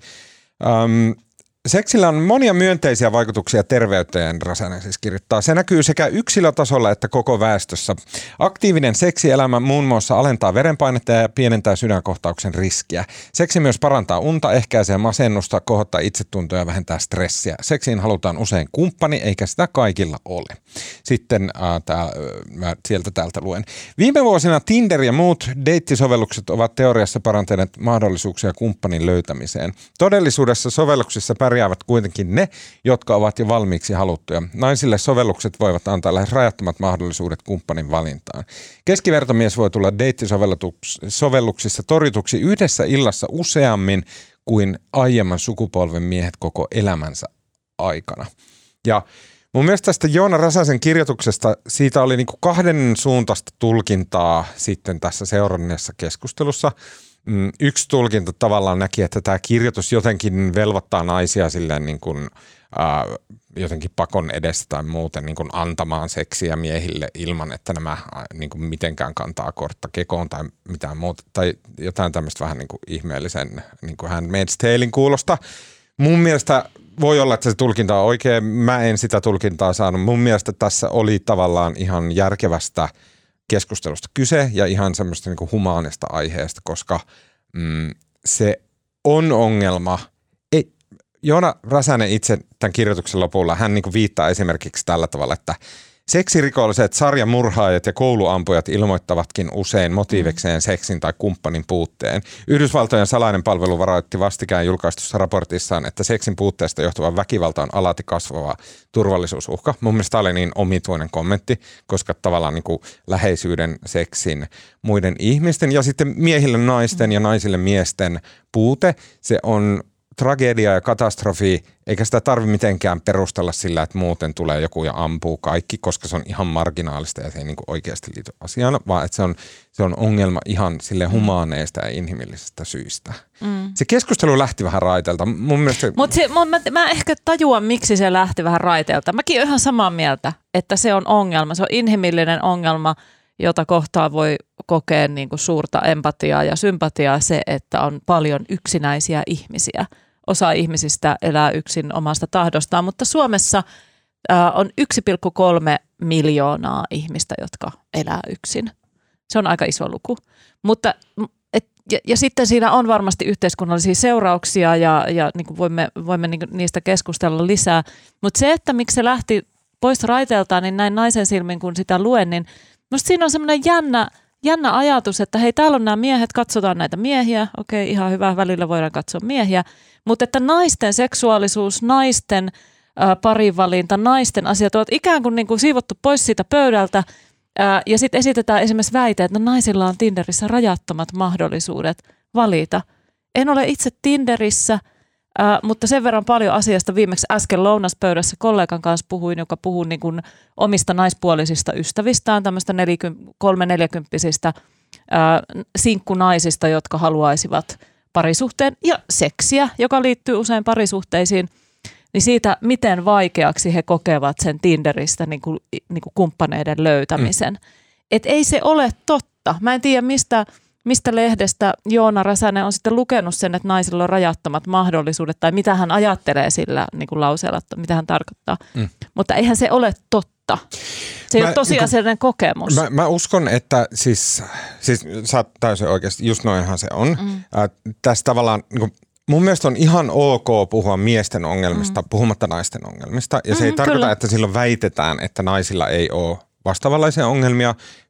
Um, Seksillä on monia myönteisiä vaikutuksia terveyteen, Räsänen siis kirjoittaa. Se näkyy sekä yksilötasolla että koko väestössä. Aktiivinen seksielämä muun muassa alentaa verenpainetta ja pienentää sydänkohtauksen riskiä. Seksi myös parantaa unta, ehkäisee masennusta, kohottaa itsetuntoa ja vähentää stressiä. Seksiin halutaan usein kumppani, eikä sitä kaikilla ole. Sitten äh, tää, mä sieltä täältä luen. Viime vuosina Tinder ja muut deittisovellukset ovat teoriassa parantaneet mahdollisuuksia kumppanin löytämiseen. Todellisuudessa sovelluksissa pärjäävät kuitenkin ne, jotka ovat jo valmiiksi haluttuja. Naisille sovellukset voivat antaa lähes rajattomat mahdollisuudet kumppanin valintaan. Keskivertomies voi tulla deittisovelluksissa torjutuksi yhdessä illassa useammin kuin aiemman sukupolven miehet koko elämänsä aikana. Ja mun mielestä tästä Joona Räsäsen kirjoituksesta siitä oli niinku kahden suuntaista tulkintaa sitten tässä seuranneessa keskustelussa. Yksi tulkinta tavallaan näki, että tämä kirjoitus jotenkin velvoittaa naisia silleen niin kuin, ää, jotenkin pakon edestä tai muuten niin kuin antamaan seksiä miehille ilman, että nämä niin kuin mitenkään kantaa kortta kekoon tai mitään muuta. Tai jotain tämmöistä vähän niin kuin ihmeellisen niin kuin Handmaid's Talein kuulosta. Mun mielestä voi olla, että se tulkinta on oikein. Mä en sitä tulkintaa saanut. Mun mielestä tässä oli tavallaan ihan järkevästä keskustelusta kyse ja ihan semmoista niin kuin humaanista aiheesta, koska mm, se on ongelma. Ei, Joona Räsänen itse tämän kirjoituksen lopulla, hän niin kuin viittaa esimerkiksi tällä tavalla, että seksirikolliset, sarjamurhaajat ja kouluampujat ilmoittavatkin usein motiivekseen seksin tai kumppanin puutteen. Yhdysvaltojen salainen palvelu varoitti vastikään julkaistussa raportissaan, että seksin puutteesta johtuva väkivalta on alati kasvava turvallisuusuhka. Mun mielestä tämä oli niin omituinen kommentti, koska tavallaan niin kuin läheisyyden, seksin, muiden ihmisten ja sitten miehille naisten ja naisille miesten puute, se on tragedia ja katastrofi, eikä sitä tarvitse mitenkään perustella sillä, että muuten tulee joku ja ampuu kaikki, koska se on ihan marginaalista ja se ei niin kuin oikeasti liity asiaan, vaan että se on, se on ongelma ihan sille humaaneista ja inhimillisistä syistä. Mm. Se keskustelu lähti vähän raiteelta. Mun mielestä... Mutta mä, mä ehkä tajuan, miksi se lähti vähän raiteelta. Mäkin olen ihan samaa mieltä, että se on ongelma. Se on inhimillinen ongelma, jota kohtaa voi kokea niin kuin suurta empatiaa ja sympatiaa se, että on paljon yksinäisiä ihmisiä. Osa ihmisistä elää yksin omasta tahdostaan, mutta Suomessa ää, on yksi pilkku kolme miljoonaa ihmistä, jotka elää yksin. Se on aika iso luku. Mutta, et, ja, ja sitten siinä on varmasti yhteiskunnallisia seurauksia ja, ja niin kuin voimme, voimme niin kuin niistä keskustella lisää. Mutta se, että miksi se lähti pois raiteeltaan, niin näin naisen silmin kun sitä luen, niin minusta siinä on semmoinen jännä, jännä ajatus, että hei, täällä on nämä miehet, katsotaan näitä miehiä. Okei, ihan hyvä, välillä voidaan katsoa miehiä. Mutta että naisten seksuaalisuus, naisten ää, parivalinta, naisten asiat ovat ikään kuin, niin kuin siivottu pois siitä pöydältä. Ää, ja sitten esitetään esimerkiksi väite, että no, naisilla on Tinderissä rajattomat mahdollisuudet valita. En ole itse Tinderissä, ää, mutta sen verran paljon asiasta viimeksi äsken lounaspöydässä kollegan kanssa puhuin, joka puhuu niin kuin omista naispuolisista ystävistään, tämmöistä kolme neljäkymppisistä ää, sinkkunaisista, jotka haluaisivat parisuhteen ja seksiä, joka liittyy usein parisuhteisiin, niin siitä, miten vaikeaksi he kokevat sen Tinderistä niin kuin, niin kuin kumppaneiden löytämisen. Mm. Et ei se ole totta. Mä en tiedä, mistä, mistä lehdestä Joona Räsänen on sitten lukenut sen, että naisilla on rajattomat mahdollisuudet, tai mitä hän ajattelee sillä niin kuin lauseella, mitä hän tarkoittaa. Mm. Mutta eihän se ole totta. Se ei mä, ole tosiasiallinen niin kuin, kokemus. Mä, mä uskon, että siis, siis sä oot täysin oikeasti, just noinhan se on. Mm. Äh, tässä tavallaan, niin kuin, mun mielestä on ihan ok puhua miesten ongelmista, mm. puhumatta naisten ongelmista. Ja se mm, ei tarkoita, kyllä. että silloin väitetään, että naisilla ei ole vastaavanlaisia ongelmia.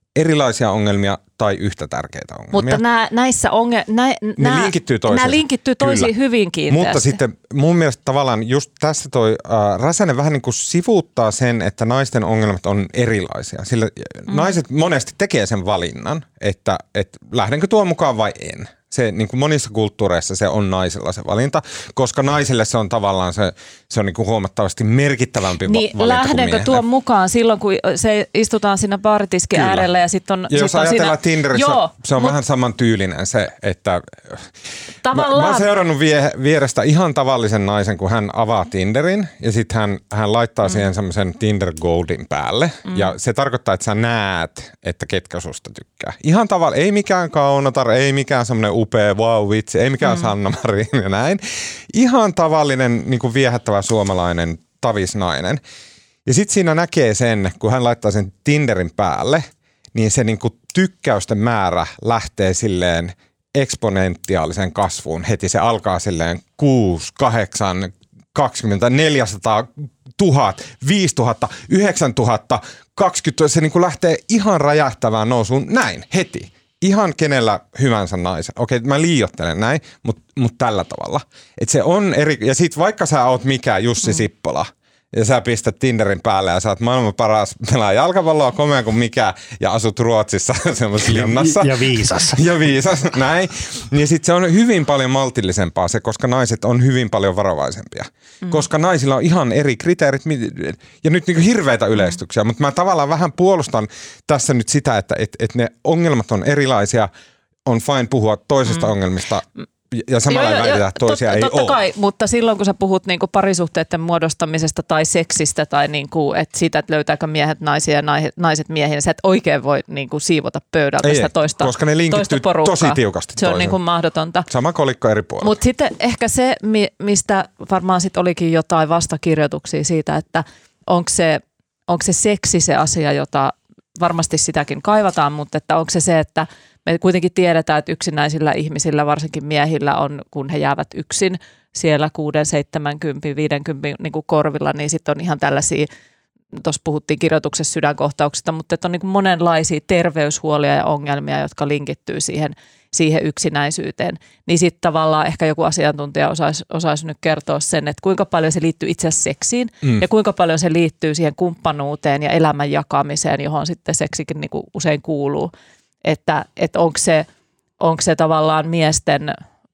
erilaisia ongelmia tai yhtä tärkeitä ongelmia. Mutta nää, näissä onge- nä, ne nää, linkittyy toisiinsa. Nämä linkittyy toisiin hyvin kiinteästi. Mutta sitten mun mielestä tavallaan just tässä toi äh, Räsänen vähän niin kuin sivuuttaa sen, että naisten ongelmat on erilaisia. Sillä mm. naiset monesti tekee sen valinnan, että, että lähdenkö tuon mukaan vai en. Se, niin kuin monissa kulttuureissa se on naisella se valinta, koska naiselle se on tavallaan se, se on niin kuin huomattavasti merkittävämpi niin, valinta lähdenkö kuin tuon mukaan silloin, kun se istutaan siinä baaritiskin äärellä ja sitten on... Ja sit jos on ajatellaan siinä, Tinderissä, joo, se on mut, vähän saman tyylinen se, että tavallaan, mä, mä oon seurannut vie, vierestä ihan tavallisen naisen, kun hän avaa Tinderin ja sitten hän, hän laittaa mm. siihen semmoisen Tinder Goldin päälle mm. ja se tarkoittaa, että sä näet, että ketkä susta tykkää. Ihan tavalla, ei mikään kaunotar, ei mikään semmoinen upea wow vitsi, ei mikään mm. Sanna Marin ja näin. Ihan tavallinen niin kuin viehättävä suomalainen tavisnainen. Ja sitten siinä näkee sen, kun hän laittaa sen Tinderin päälle, niin se niin kuin tykkäysten määrä lähtee silleen eksponentiaalisen kasvuun. Heti se alkaa silleen kuusi, kahdeksan, kaksikymmentä, neljäsataa, tuhat, viisituhatta, yhdeksäntuhatta, kaksikymmentä. Se niin kuin lähtee ihan räjähtävään nousuun näin heti. Ihan kenellä hyvänsä naisen. Okei, mä liioittelen näin, mutta mut tällä tavalla. Et se on eri, ja sit vaikka sä oot mikään Jussi mm. Sippola, ja sä pistät Tinderin päälle ja sä oot maailman paras pelaa jalkapalloa, komea kuin mikä, ja asut Ruotsissa semmoisessa linnassa. Ja viisas. Ja viisas, näin. Ja sit se on hyvin paljon maltillisempaa se, koska naiset on hyvin paljon varovaisempia. Mm. Koska naisilla on ihan eri kriteerit, ja nyt niinku hirveitä yleistyksiä, mutta mä tavallaan vähän puolustan tässä nyt sitä, että et, et ne ongelmat on erilaisia, on fine puhua toisesta mm. ongelmista, ja samalla ei väitetä, että toisia totta, ei totta ole. Kai, mutta silloin kun sä puhut niinku parisuhteiden muodostamisesta tai seksistä tai niinku, että siitä, että löytääkö miehet naisia ja naiset miehiä, niin sä et oikein voi niinku siivota pöydältä ei, sitä toista, koska ne linkittyy tosi tiukasti se on niinku mahdotonta. Sama kolikko eri puolilla. Mutta sitten ehkä se, mistä varmaan sit olikin jotain vastakirjoituksia siitä, että onko se, onko se seksi se asia, jota varmasti sitäkin kaivataan, mutta että onko se se, että me kuitenkin tiedetään, että yksinäisillä ihmisillä, varsinkin miehillä on, kun he jäävät yksin siellä kuuden, seitsemänkympin, viidenkympin niin kuin korvilla, niin sitten on ihan tällaisia, tuossa puhuttiin kirjoituksessa sydänkohtauksista, mutta että on niin kuin monenlaisia terveyshuolia ja ongelmia, jotka linkittyy siihen, siihen yksinäisyyteen. Niin sitten tavallaan ehkä joku asiantuntija osaisi, osaisi nyt kertoa sen, että kuinka paljon se liittyy itse asiassa seksiin mm. ja kuinka paljon se liittyy siihen kumppanuuteen ja elämän jakamiseen, johon sitten seksikin niin kuin usein kuuluu. Että, että onko se, onko se tavallaan miesten,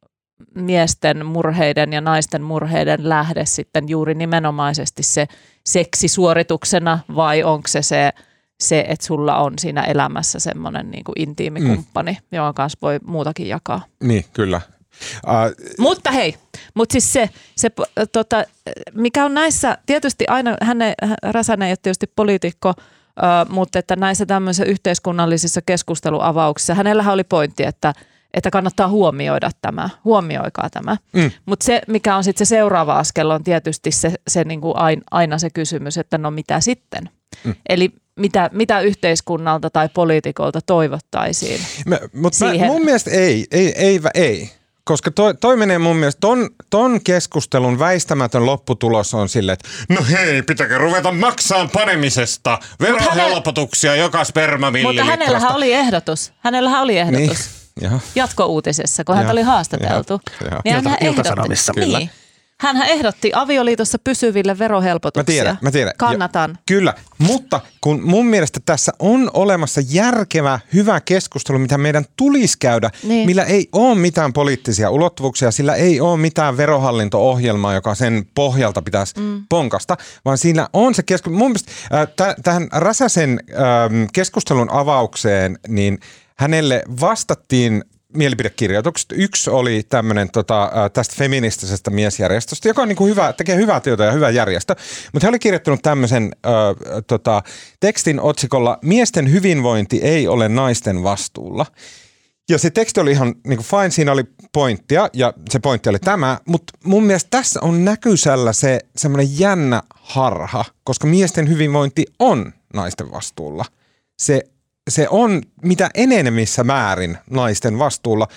miesten murheiden ja naisten murheiden lähde sitten juuri nimenomaisesti se seksisuorituksena vai onko se se, se että sulla on siinä elämässä semmoinen niin kuin intiimi kumppani, mm. jonka kanssa voi muutakin jakaa. Niin, kyllä. Uh, mutta hei, mutta siis se, se tota, mikä on näissä, tietysti aina, hänen, Räsänen ei ole tietysti poliitikko, Uh, mutta että näissä tämmöisissä yhteiskunnallisissa keskusteluavauksissa, hänellähän oli pointti, että, että kannattaa huomioida tämä, huomioikaa tämä. Mm. Mutta se, mikä on sitten se seuraava askel, on tietysti se, se niinku aina, aina se kysymys, että no mitä sitten? Mm. Eli mitä, mitä yhteiskunnalta tai poliitikolta toivottaisiin mä, mutta mä, mun mielestä ei, ei, ei, ei. Koska toi, toi menee mun mielestä, ton, ton keskustelun väistämätön lopputulos on silleen, että no hei, pitääkö ruveta maksaa panemisesta verohelpotuksia häne, joka spermamillilitrasta. Mutta hänellähän oli ehdotus, hänellähän oli ehdotus niin, jatkouutisessa, kun hän oli haastateltu. Jaha, niin Ilta, Ilta-Sanomissa. Niin. Hänhän ehdotti avioliitossa pysyville verohelpotuksia. Mä tiedän, mä tiedän. Kannatan. Jo, kyllä, mutta kun mun mielestä tässä on olemassa järkevä, hyvä keskustelu, mitä meidän tulisi käydä, niin. Millä ei ole mitään poliittisia ulottuvuuksia, sillä ei ole mitään verohallinto-ohjelmaa, joka sen pohjalta pitäisi mm. ponkasta, vaan siinä on se keskustelu. Mun mielestä äh, t- tähän Räsäsen äh, keskustelun avaukseen, niin hänelle vastattiin mielipidekirjoitukset. Yksi oli tämmöinen tota, tästä feministisestä miesjärjestöstä, joka on niin kuin hyvä, tekee hyvää työtä ja hyvä järjestö. Mutta hän oli kirjoittanut tämmöisen äh, tota, tekstin otsikolla "Miesten hyvinvointi ei ole naisten vastuulla". Ja se teksti oli ihan niin kuin fine, siinä oli pointtia ja se pointti oli tämä, mutta mun mielestä tässä on näkysällä se semmoinen jännä harha, koska miesten hyvinvointi on naisten vastuulla. Se Se on mitä enenevissä määrin naisten vastuulla,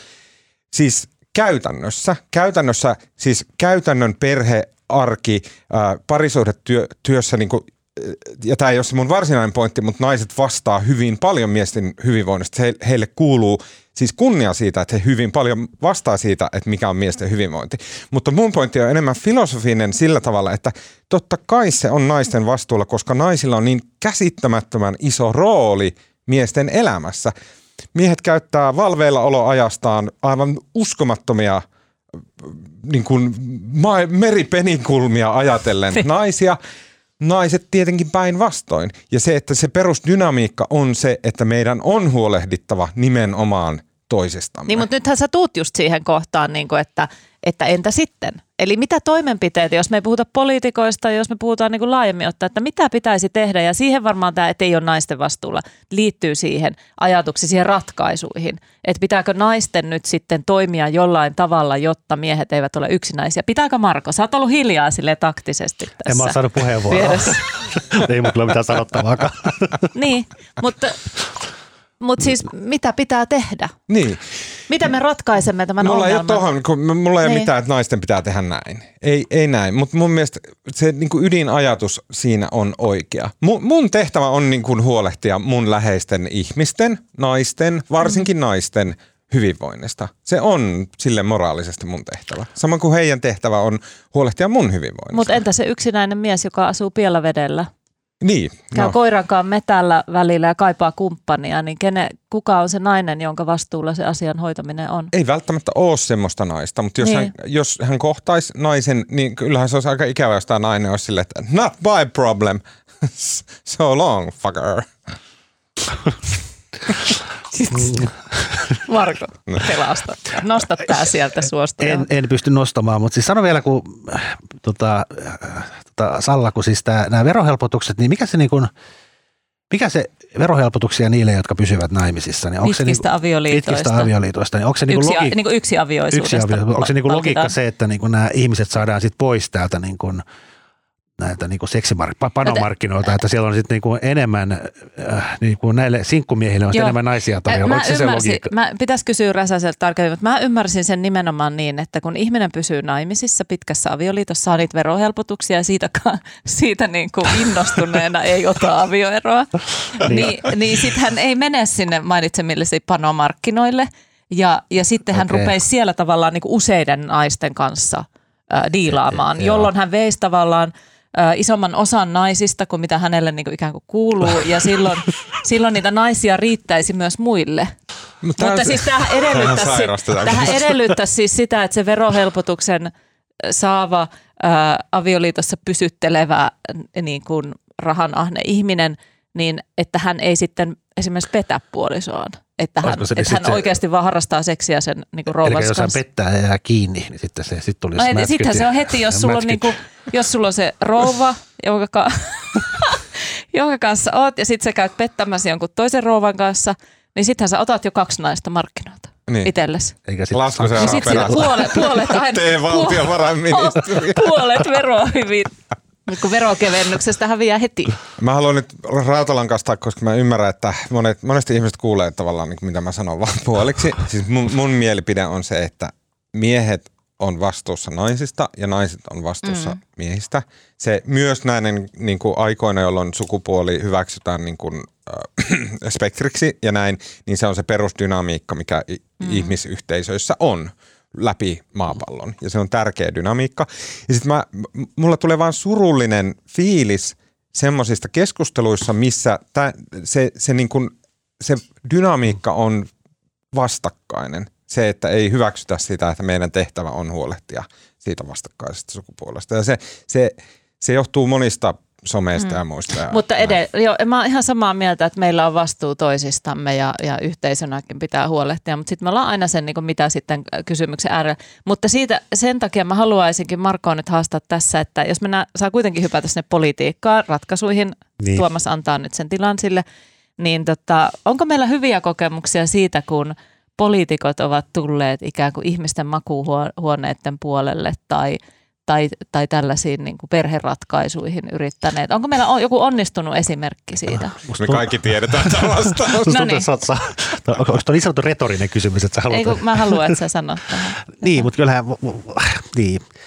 siis käytännössä, käytännössä siis käytännön perhearki, ää, parisuhdetyössä niin kuin ja tämä ei ole se mun varsinainen pointti, mutta naiset vastaa hyvin paljon miesten hyvinvoinnista. He, heille kuuluu siis kunnia siitä, että he hyvin paljon vastaa siitä, että mikä on miesten hyvinvointi. Mutta mun pointti on enemmän filosofinen sillä tavalla, että totta kai se on naisten vastuulla, koska naisilla on niin käsittämättömän iso rooli miesten elämässä. Miehet käyttää valveilla oloajastaan aivan uskomattomia niin kuin meripeninkulmia ajatellen naisia. Naiset tietenkin päinvastoin. Ja se, että se perusdynamiikka on se, että meidän on huolehdittava nimenomaan toisestamme. Niin, mutta nythän sä tuut just siihen kohtaan, niin kuin, että, että entä sitten? Eli mitä toimenpiteitä, jos me ei puhuta poliitikoista, jos me puhutaan niin kuin laajemmin ottaa, että mitä pitäisi tehdä, ja siihen varmaan tämä, että ei ole naisten vastuulla, liittyy siihen ajatuksiin, siihen ratkaisuihin. Että pitääkö naisten nyt sitten toimia jollain tavalla, jotta miehet eivät ole yksinäisiä? Pitääkö Marko? Sä oot ollut hiljaa sille taktisesti tässä. En mä ole saanut puheenvuoroa. Ei mulla ole mitään sanottavaakaan. Niin, mutta... Mutta siis mitä pitää tehdä? Niin. Miten me ratkaisemme tämän mulla ongelman? Ei tohon, kun mulla ei ole niin. mitään, että naisten pitää tehdä näin. Ei, ei näin, mutta mun mielestä se niin kuin ydinajatus siinä on oikea. Mun, mun tehtävä on niin kuin huolehtia mun läheisten ihmisten, naisten, varsinkin mm. naisten hyvinvoinnista. Se on sille moraalisesti mun tehtävä. Samoin kuin heidän tehtävä on huolehtia mun hyvinvoinnista. Mutta entä se yksinäinen mies, joka asuu Pielavedellä? Niin. Käy no. koirankaan metällä välillä ja kaipaa kumppania, niin kene, kuka on se nainen, jonka vastuulla se asian hoitaminen on? Ei välttämättä ole semmoista naista, mutta jos, niin. hän, jos hän kohtaisi naisen, niin kyllähän se olisi aika ikävä, jos tämä nainen olisi silleen, että not my problem, so long, fucker. Marko, pelasta. Nosta tää sieltä suostuja. En, en pysty nostamaan, mutta siis sano vielä, kun tota, tota, Salla, kun siis nämä verohelpotukset, niin mikä se niin kuin, mikä se verohelpotuksia niille, jotka pysyvät naimisissa? Niin onko pitkistä se avioliitoista. Pitkistä avioliitoista. Niin onko se niin yksi, logi- niin kuin yksi avioisuudesta. Yksi avio- onko se niin kuin logiikka se, että niin kuin nämä ihmiset saadaan sit pois täältä niin kuin näiltä niin kuin seksimark- panomarkkinoilta, että siellä on sitten niin kuin enemmän, äh, niin kuin näille sinkkumiehille on enemmän naisia tarjolla. Onko se se logiikka? Mä, pitäisi kysyä Räsäseltä tarkemmin, mutta mä ymmärsin sen nimenomaan niin, että kun ihminen pysyy naimisissa pitkässä avioliitossa, saa niitä verohelpotuksia ja siitä, siitä niin kuin innostuneena ei ota avioeroa, niin, niin sitten hän ei mene sinne mainitsemillesi panomarkkinoille ja, ja sitten hän okay. rupeisi siellä tavallaan niin kuin useiden naisten kanssa äh, diilaamaan, e, e, jolloin hän veisi tavallaan isomman osan naisista kuin mitä hänelle niin kuin ikään kuin kuuluu ja silloin, silloin niitä naisia riittäisi myös muille. Mutta, Mutta siis tämähän edellyttäisi, tämähän edellyttäisi siis sitä, että se verohelpotuksen saava ää, avioliitossa pysyttelevä niin kuin rahanahne ihminen, niin että hän ei sitten esimerkiksi petä puolisoaan. Että hän, että hän oikeasti vaan harrastaa seksiä sen niin kuin rouvan kanssa. Eli jos hän pettää ja jää kiinni, niin sitten se sit tulisi no, sittenhän se on heti, jos sulla on, niin kuin, jos sulla on se rouva, jonka, jonka kanssa oot, ja sitten sä käyt pettämässä jonkun toisen rouvan kanssa, niin sittenhän sä otat jo kaksi naista markkinoilta niin. itsellesi. Eikä sit lasku se ja sitten puolet, puolet aina. Tee valtiovarainministeri. Puolet veroa hyvin. Kun verokevennyksestä häviää heti. Mä haluan nyt rautalankastaa, koska mä ymmärrän, että monet, monesti ihmiset kuulee tavallaan, niin mitä mä sanon vaan puoliksi. Siis mun, mun mielipide on se, että miehet on vastuussa naisista ja naiset on vastuussa mm. miehistä. Se myös näiden niin kuin aikoina, jolloin sukupuoli hyväksytään niin kuin, äh, spektriksi ja näin, niin se on se perusdynamiikka, mikä mm. ihmisyhteisöissä on läpi maapallon. Ja se on tärkeä dynamiikka. Ja sitten mulla tulee vaan surullinen fiilis semmoisista keskusteluissa, missä tää, se, se, niin kun, se dynamiikka on vastakkainen. Se, että ei hyväksytä sitä, että meidän tehtävä on huolehtia siitä vastakkaisesta sukupuolesta. Ja se, se, se johtuu monista someista mm. ja muista. Ja Mutta edelleen, joo, mä oon ihan samaa mieltä, että meillä on vastuu toisistamme ja, ja yhteisönäkin pitää huolehtia, mutta sitten me ollaan aina sen, niin kuin mitä sitten kysymyksen äärellä. Mutta siitä, sen takia mä haluaisinkin Markoa nyt haastaa tässä, että jos mennään, saa kuitenkin hypätä sinne politiikkaan, ratkaisuihin, niin. Tuomas antaa nyt sen tilan sille, niin tota, onko meillä hyviä kokemuksia siitä, kun poliitikot ovat tulleet ikään kuin ihmisten makuuhuoneiden puolelle tai Tai, tai tällaisiin niin kuin perheratkaisuihin yrittäneet. Onko meillä on joku onnistunut esimerkki siitä? Me kaikki tiedetään tämä vastaus. No niin. Onko tuo niin sanottu retorinen kysymys, että sä haluat... Ei, kun mä haluan, että sä sanot tähän. Niin, mutta kyllähän... Niin.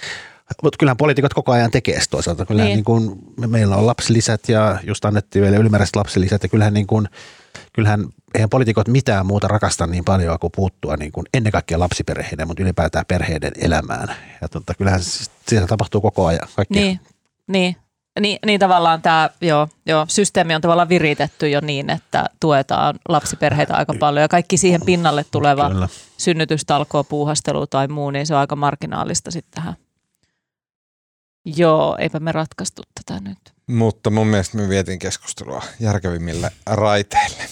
Mutta kyllähän poliitikot koko ajan tekee sitä toisaalta. Kyllähän niin. Niin kuin, me, meillä on lapsilisät ja just annettiin vielä ylimääräiset lapsilisät ja kyllähän, niin kuin, kyllähän eihän poliitikot mitään muuta rakasta niin paljon kuin puuttua niin kuin ennen kaikkea lapsiperheiden, mutta ylipäätään perheiden elämään. Ja tota, kyllähän siitä tapahtuu koko ajan. Kaikkea. Niin, niin. Niin, niin tavallaan tämä joo, joo, systeemi on tavallaan viritetty jo niin, että tuetaan lapsiperheitä aika paljon ja kaikki siihen pinnalle tuleva Kyllä. synnytystalkoo, puuhastelu tai muu, niin se on aika marginaalista sitten tähän. Joo, eipä me ratkaistu tätä nyt. Mutta mun mielestä me vietiin keskustelua järkevimmille raiteille.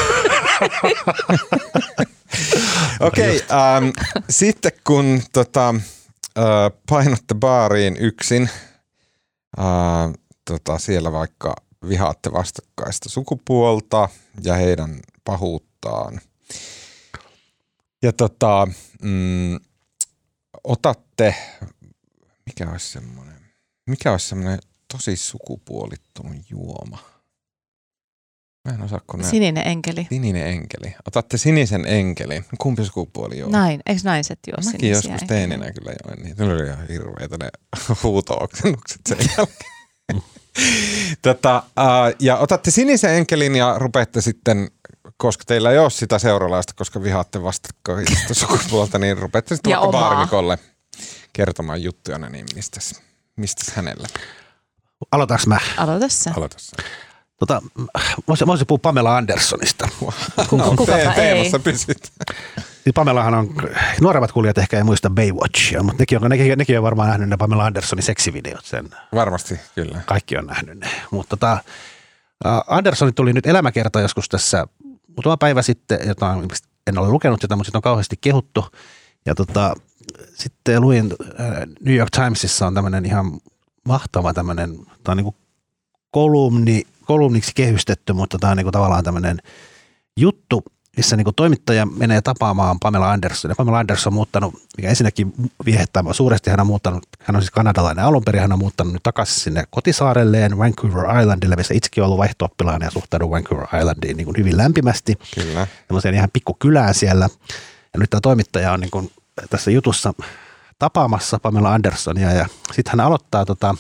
Okei, okay, ähm, sitten kun tota, äh, painotte baariin yksin, äh, tota, siellä vaikka vihaatte vastakkaista sukupuolta ja heidän pahuuttaan. Ja tota, mm, otatte, mikä olisi semmoinen, mikä olisi semmoinen tosi sukupuolittunut juoma? Mä en osaa, kun Sininen enkeli. Sininen enkeli. Otatte sinisen enkelin. Kumpi sukupuoli juo? Näin. Eikö naiset juo Mäkin sinisiä joskus teininä kyllä join niitä. Ne oli ihan hirveitä ne huuto-oksennukset sen jälkeen. Tätä, uh, ja otatte sinisen enkelin ja rupeatte sitten, koska teillä ei ole sitä seuralaista, koska vihaatte vastakkaista sukupuolta, niin rupeatte sitten vaikka baarikolle kertomaan juttuja, niin mistäs, mistäs hänelle? Aloitaks mä? Aloita sä. Aloita sä. Tota, voisin voisi puhua Pamela Andersonista. No, kukapa ei. Teemassa pysyt. Pamelahan on, nuoremmat kuulijat ehkä ei muista Baywatchia, mutta nekin on, nekin, nekin on varmaan nähnyt ne Pamela Andersonin seksivideot. Sen. Varmasti, kyllä. Kaikki on nähnyt ne. Mutta tota, Andersoni tuli nyt elämäkerta joskus tässä muutama päivä sitten, jota en ole lukenut sitä, mutta sitä on kauheasti kehuttu. Ja tota, sitten luin New York Timesissa on tämmöinen ihan mahtava tämmöinen, tämä on niin kuin kolumni, kolumniksi kehystetty, mutta tämä on niin kuin tavallaan tämmöinen juttu, missä niin kuin toimittaja menee tapaamaan Pamela Anderson. Ja Pamela Anderson on muuttanut, mikä ensinnäkin viehättää suuresti, hän on muuttanut, hän on siis kanadalainen alun perin, hän on muuttanut nyt takaisin sinne kotisaarelleen Vancouver Islandille, missä itsekin on ollut vaihto-oppilaana ja suhtaudun Vancouver Islandiin niin kuin hyvin lämpimästi. Kyllä. Tämmöiseen ihan pikkukylään siellä. Ja nyt tämä toimittaja on niin kuin tässä jutussa tapaamassa Pamela Andersonia ja sitten hän aloittaa tota,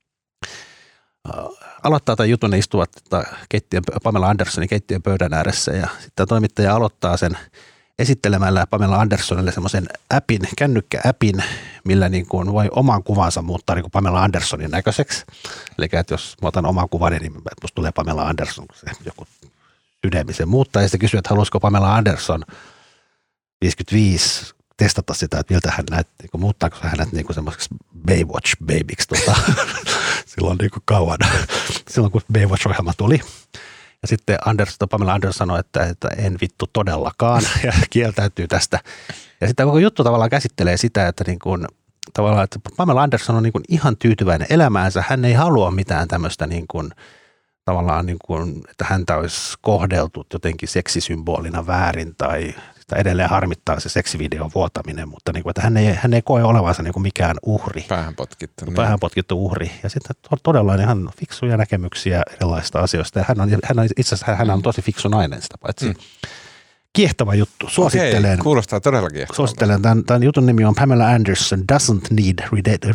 aloittaa tämän jutun, ne istuvat keittiön, Pamela Andersonin keittiön pöydän ääressä ja sitten toimittaja aloittaa sen esittelemällä Pamela Andersonille semmoisen appin, kännykkä-appin, millä niin kuin voi oman kuvansa muuttaa niin kuin Pamela Andersonin näköiseksi. Eli että jos mä otan oman kuvani, niin musta tulee Pamela Anderson, kun se joku sydämisen muuttaa. Ja sitten kysyy, että haluaisiko Pamela Anderson viisikymmentäviisi testata sitä, että miltä hän näyttää, niin muuttaako hänet niin kuin semmoiseksi Baywatch-babyksi tota, silloin niin kuin kauan, silloin kun Baywatch-ohjelma tuli. Ja sitten Anderson, Pamela Anderson sanoi, että, että en vittu todellakaan ja kieltäytyy tästä. Ja sitten koko juttu tavallaan käsittelee sitä, että, niin kuin, tavallaan, että Pamela Anderson on niin kuin ihan tyytyväinen elämäänsä. Hän ei halua mitään tämmöistä niin kuin, tavallaan, niin kuin, että häntä olisi kohdeltu jotenkin seksisymbolina väärin tai sitä edelleen harmittaa se seksivideon vuotaminen, mutta niin kuin, että hän ei, hän ei koe olevansa niin kuin mikään uhri. Päähän potkittu. Niin. Päähän potkittu uhri. Ja sitten todella ihan fiksuja näkemyksiä erilaisista asioista. Ja hän on, hän on itse asiassa hän on tosi fiksu nainen sitä paitsi. Mm. Kiehtova juttu. Suosittelen. Okei, kuulostaa todella kiehtovalta. Suosittelen. Tämän, tämän jutun nimi on Pamela Anderson Doesn't Need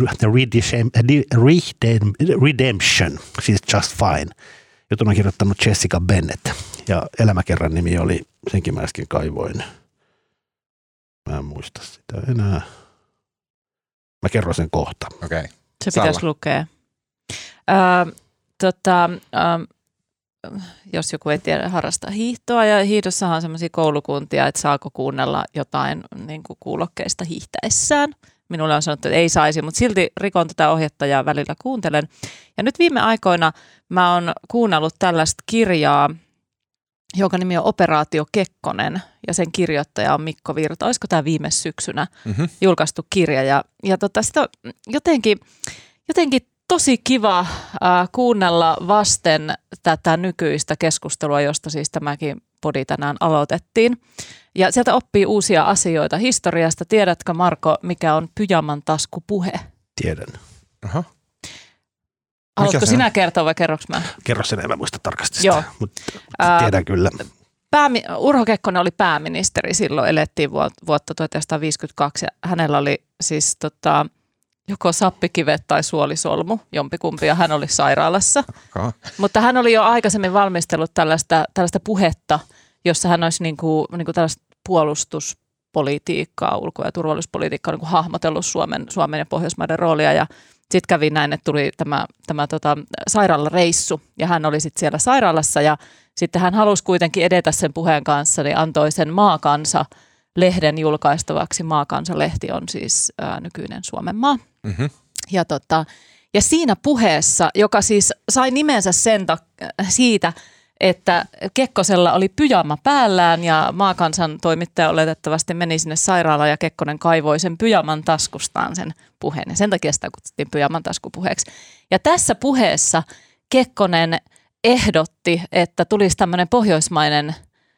Redemption. She's Just Fine. Jutun on kirjoittanut Jessica Bennett. Ja elämäkerran nimi oli, senkin mä äsken kaivoin. Mä en muista sitä enää. Mä kerron sen kohta. Okei. Okay. Se pitäisi lukea. Äh, tota, äh, jos joku ei tiedä, harrastaa hiihtoa ja hiihdossahan on sellaisia koulukuntia, että saako kuunnella jotain niin kuin kuulokkeista hiihtäessään. Minulle on sanottu, että ei saisi, mutta silti rikon tätä ohjetta ja välillä kuuntelen. Ja nyt viime aikoina mä oon kuunnellut tällaista kirjaa, jonka nimi on Operaatio Kekkonen ja sen kirjoittaja on Mikko Virta. Olisiko tämä viime syksynä mm-hmm. julkaistu kirja? Ja, ja tota, sitä on jotenkin, jotenkin tosi kiva äh, kuunnella vasten tätä nykyistä keskustelua, josta siis tämäkin podi tänään aloitettiin. Ja sieltä oppii uusia asioita historiasta. Tiedätkö, Marko, mikä on pyjaman taskupuhe? Tiedän. Aha. Haluatko sinä kertoa vai kerroks mä? Kerro sen, en mä muista tarkasti sitä, Joo. mutta tiedän kyllä. Päämi- Urho Kekkonen oli pääministeri silloin, elettiin vuotta tuhatyhdeksänsataaviisikymmentäkaksi ja hänellä oli siis tota, joko sappikivet tai suolisolmu, jompikumpi, ja hän oli sairaalassa. Okay. Mutta hän oli jo aikaisemmin valmistellut tällaista, tällaista puhetta, jossa hän olisi niin kuin, niin kuin tällaista puolustuspolitiikkaa, ulko- ja turvallisuuspolitiikkaa niin kuin hahmotellut Suomen, Suomen ja Pohjoismaiden roolia. Ja sitten kävi näin, että tuli tämä, tämä tota, sairaalareissu, ja hän oli sitten siellä sairaalassa, ja sitten hän halusi kuitenkin edetä sen puheen kanssa, niin antoi sen Maakansa-lehden julkaistavaksi. Maakansa-lehti on siis ää, nykyinen Suomenmaa. Mm-hmm. Ja, tota, ja siinä puheessa, joka siis sai nimensä sen tak- siitä, että Kekkosella oli pyjama päällään ja Maakansan toimittaja oletettavasti meni sinne sairaalaan ja Kekkonen kaivoi sen pyjaman taskustaan sen puheen. Ja sen takia sitä kutsuttiin pyjaman taskupuheeksi. Ja tässä puheessa Kekkonen ehdotti, että tulisi tämmöinen pohjoismainen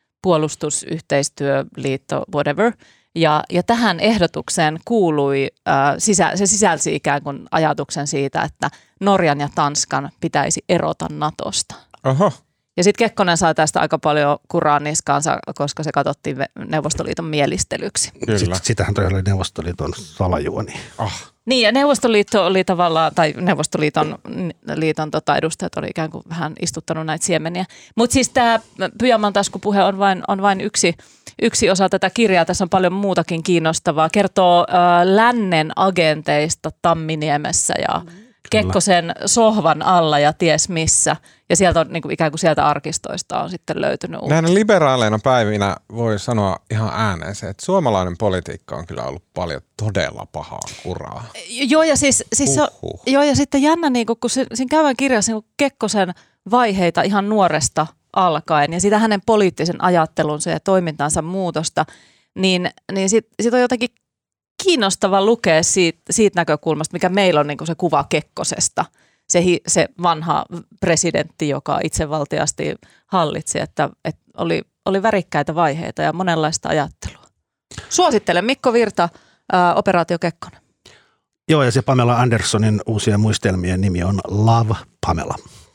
puolustusyhteistyöliitto, whatever. Ja, ja tähän ehdotukseen kuului, äh, sisä, se sisälsi ikään kuin ajatuksen siitä, että Norjan ja Tanskan pitäisi erota Natosta. Oho. Ja sitten Kekkonen sai tästä aika paljon kuraa niskaansa, koska se katsottiin Neuvostoliiton mielistelyksi. Kyllä. Sitähän toi oli Neuvostoliiton salajuoni. Oh. Niin, ja Neuvostoliitto oli tavallaan, tai Neuvostoliiton liiton tota edustajat oli ikään kuin vähän istuttanut näitä siemeniä. Mutta siis tämä pyjaman taskupuhe on vain, on vain yksi, yksi osa tätä kirjaa. Tässä on paljon muutakin kiinnostavaa. Kertoo äh, lännen agenteista Tamminiemessä ja Kekkosen sohvan alla ja ties missä. Ja sieltä on niin kuin ikään kuin sieltä arkistoista on sitten löytynyt uutta. Näinä liberaaleina päivinä voi sanoa ihan ääneen se, että suomalainen politiikka on kyllä ollut paljon todella pahaa kuraa. Joo ja, siis, siis se, joo, ja sitten jännä, niin kun se, siinä käydään kirjassa niin Kekkosen vaiheita ihan nuoresta alkaen ja sitä hänen poliittisen ajattelunsa ja toimintansa muutosta, niin, niin sitten sit on jotenkin kiinnostava lukea siitä, siitä näkökulmasta, mikä meillä on niin kuin se kuva Kekkosesta. Se, se vanha presidentti, joka itsevaltiasti hallitsi, että, että oli, oli värikkäitä vaiheita ja monenlaista ajattelua. Suosittelen Mikko Virta, ää, Operaatio Kekkonen. Joo, ja se Pamela Andersonin uusien muistelmien nimi on Love Pamela.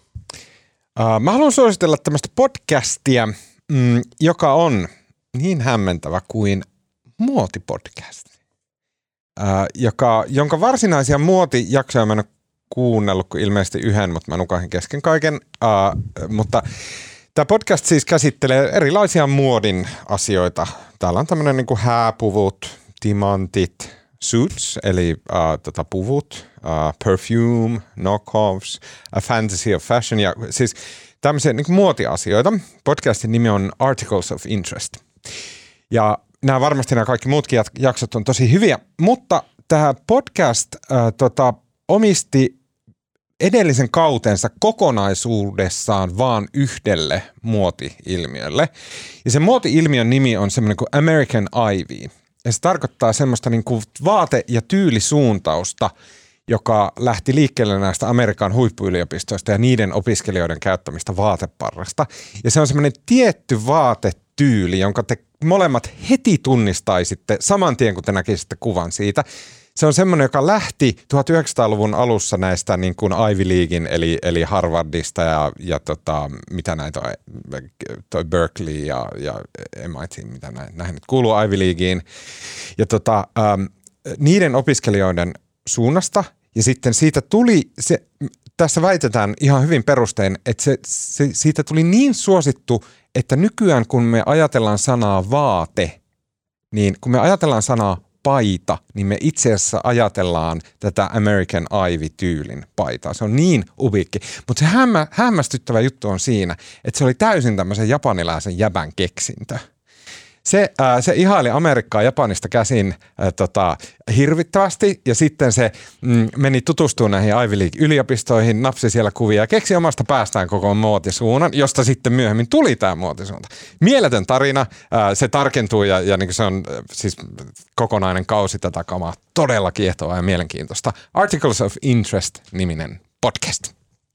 Uh, mä haluan suositella tämmöistä podcastia, mm, joka on niin hämmentävä kuin muotipodcast, uh, joka, jonka varsinaisia muotijaksoja mä en ole kuunnellut kuin ilmeisesti yhden, mutta mä nukahin kesken kaiken. Uh, mutta tämä podcast siis käsittelee erilaisia muodin asioita. Täällä on tämmöinen niin kuin hääpuvut, timantit, suits, eli uh, tota, puvut, uh, perfume, knockoffs, a fantasy of fashion, ja siis tämmöisiä niin kuin muotiasioita. Podcastin nimi on Articles of Interest. Ja nämä varmasti nämä kaikki muutkin jaksot on tosi hyviä, mutta tämä podcast uh, tota, omisti edellisen kautensa kokonaisuudessaan vaan yhdelle muoti-ilmiölle. Ja se muoti-ilmiön nimi on semmoinen kuin American Ivy. Ja se tarkoittaa semmoista niin kuin vaate- ja tyylisuuntausta, joka lähti liikkeelle näistä Amerikan huippuyliopistoista ja niiden opiskelijoiden käyttämistä vaateparrasta. Ja se on semmoinen tietty vaatetyyli, jonka te molemmat heti tunnistaisitte saman tien, kun te näkisitte kuvan siitä. Se on semmoinen, joka lähti tuhatyhdeksänsataaluvun alussa näistä niin kuin Ivy Leaguein, eli, eli Harvardista ja, ja tota, mitä näitä on, toi Berkeley ja, ja M I T, mitä näin, näihin nyt kuuluu Ivy Leagueiin. Ja tota, ähm, niiden opiskelijoiden suunnasta, ja sitten siitä tuli, se, tässä väitetään ihan hyvin perustein, että se, se, siitä tuli niin suosittu, että nykyään kun me ajatellaan sanaa vaate, niin kun me ajatellaan sanaa paita, niin me itse asiassa ajatellaan tätä American Ivy-tyylin paitaa. Se on niin ubiikki. Mutta se hämmä, hämmästyttävä juttu on siinä, että se oli täysin tämmöisen japanilaisen jäbän keksintö. Se, äh, se ihaili Amerikkaa Japanista käsin äh, tota, hirvittävästi ja sitten se mm, meni tutustumaan näihin Ivy League-yliopistoihin, napsi siellä kuvia ja keksi omasta päästään koko muotisuunnan, josta sitten myöhemmin tuli tämä muotisuunta. Mieletön tarina, äh, se tarkentuu ja, ja niin se on äh, siis kokonainen kausi tätä kamaa. Todella kiehtovaa ja mielenkiintoista. Articles of Interest-niminen podcast.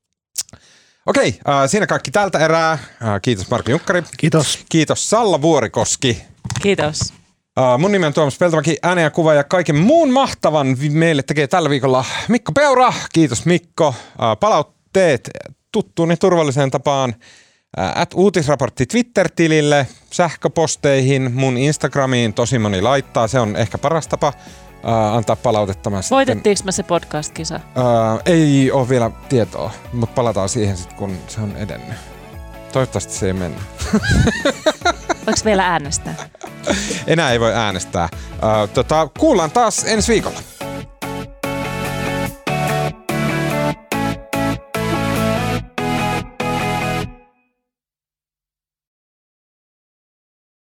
Okei, äh, siinä kaikki tältä erää. Äh, kiitos Marko Junkkari. Kiitos. Kiitos Salla Vuorikoski. Kiitos. Äh, mun nimi on Tuomas Peltomäki, äänen ja kuva ja kaiken muun mahtavan meille tekee tällä viikolla Mikko Peura. Kiitos Mikko. Äh, palautteet tuttuun ja turvalliseen tapaan äh, at uutisraportti Twitter-tilille, sähköposteihin, mun Instagramiin tosi moni laittaa. Se on ehkä paras tapa äh, antaa palautetta. Voitettiinko me se podcast-kisa? Äh, ei ole vielä tietoa, mutta palataan siihen sitten, kun se on edennyt. Toivottavasti se ei mennä. Voiko vielä äänestää? Enää ei voi äänestää. Äh, tota, kuullaan taas ensi viikolla.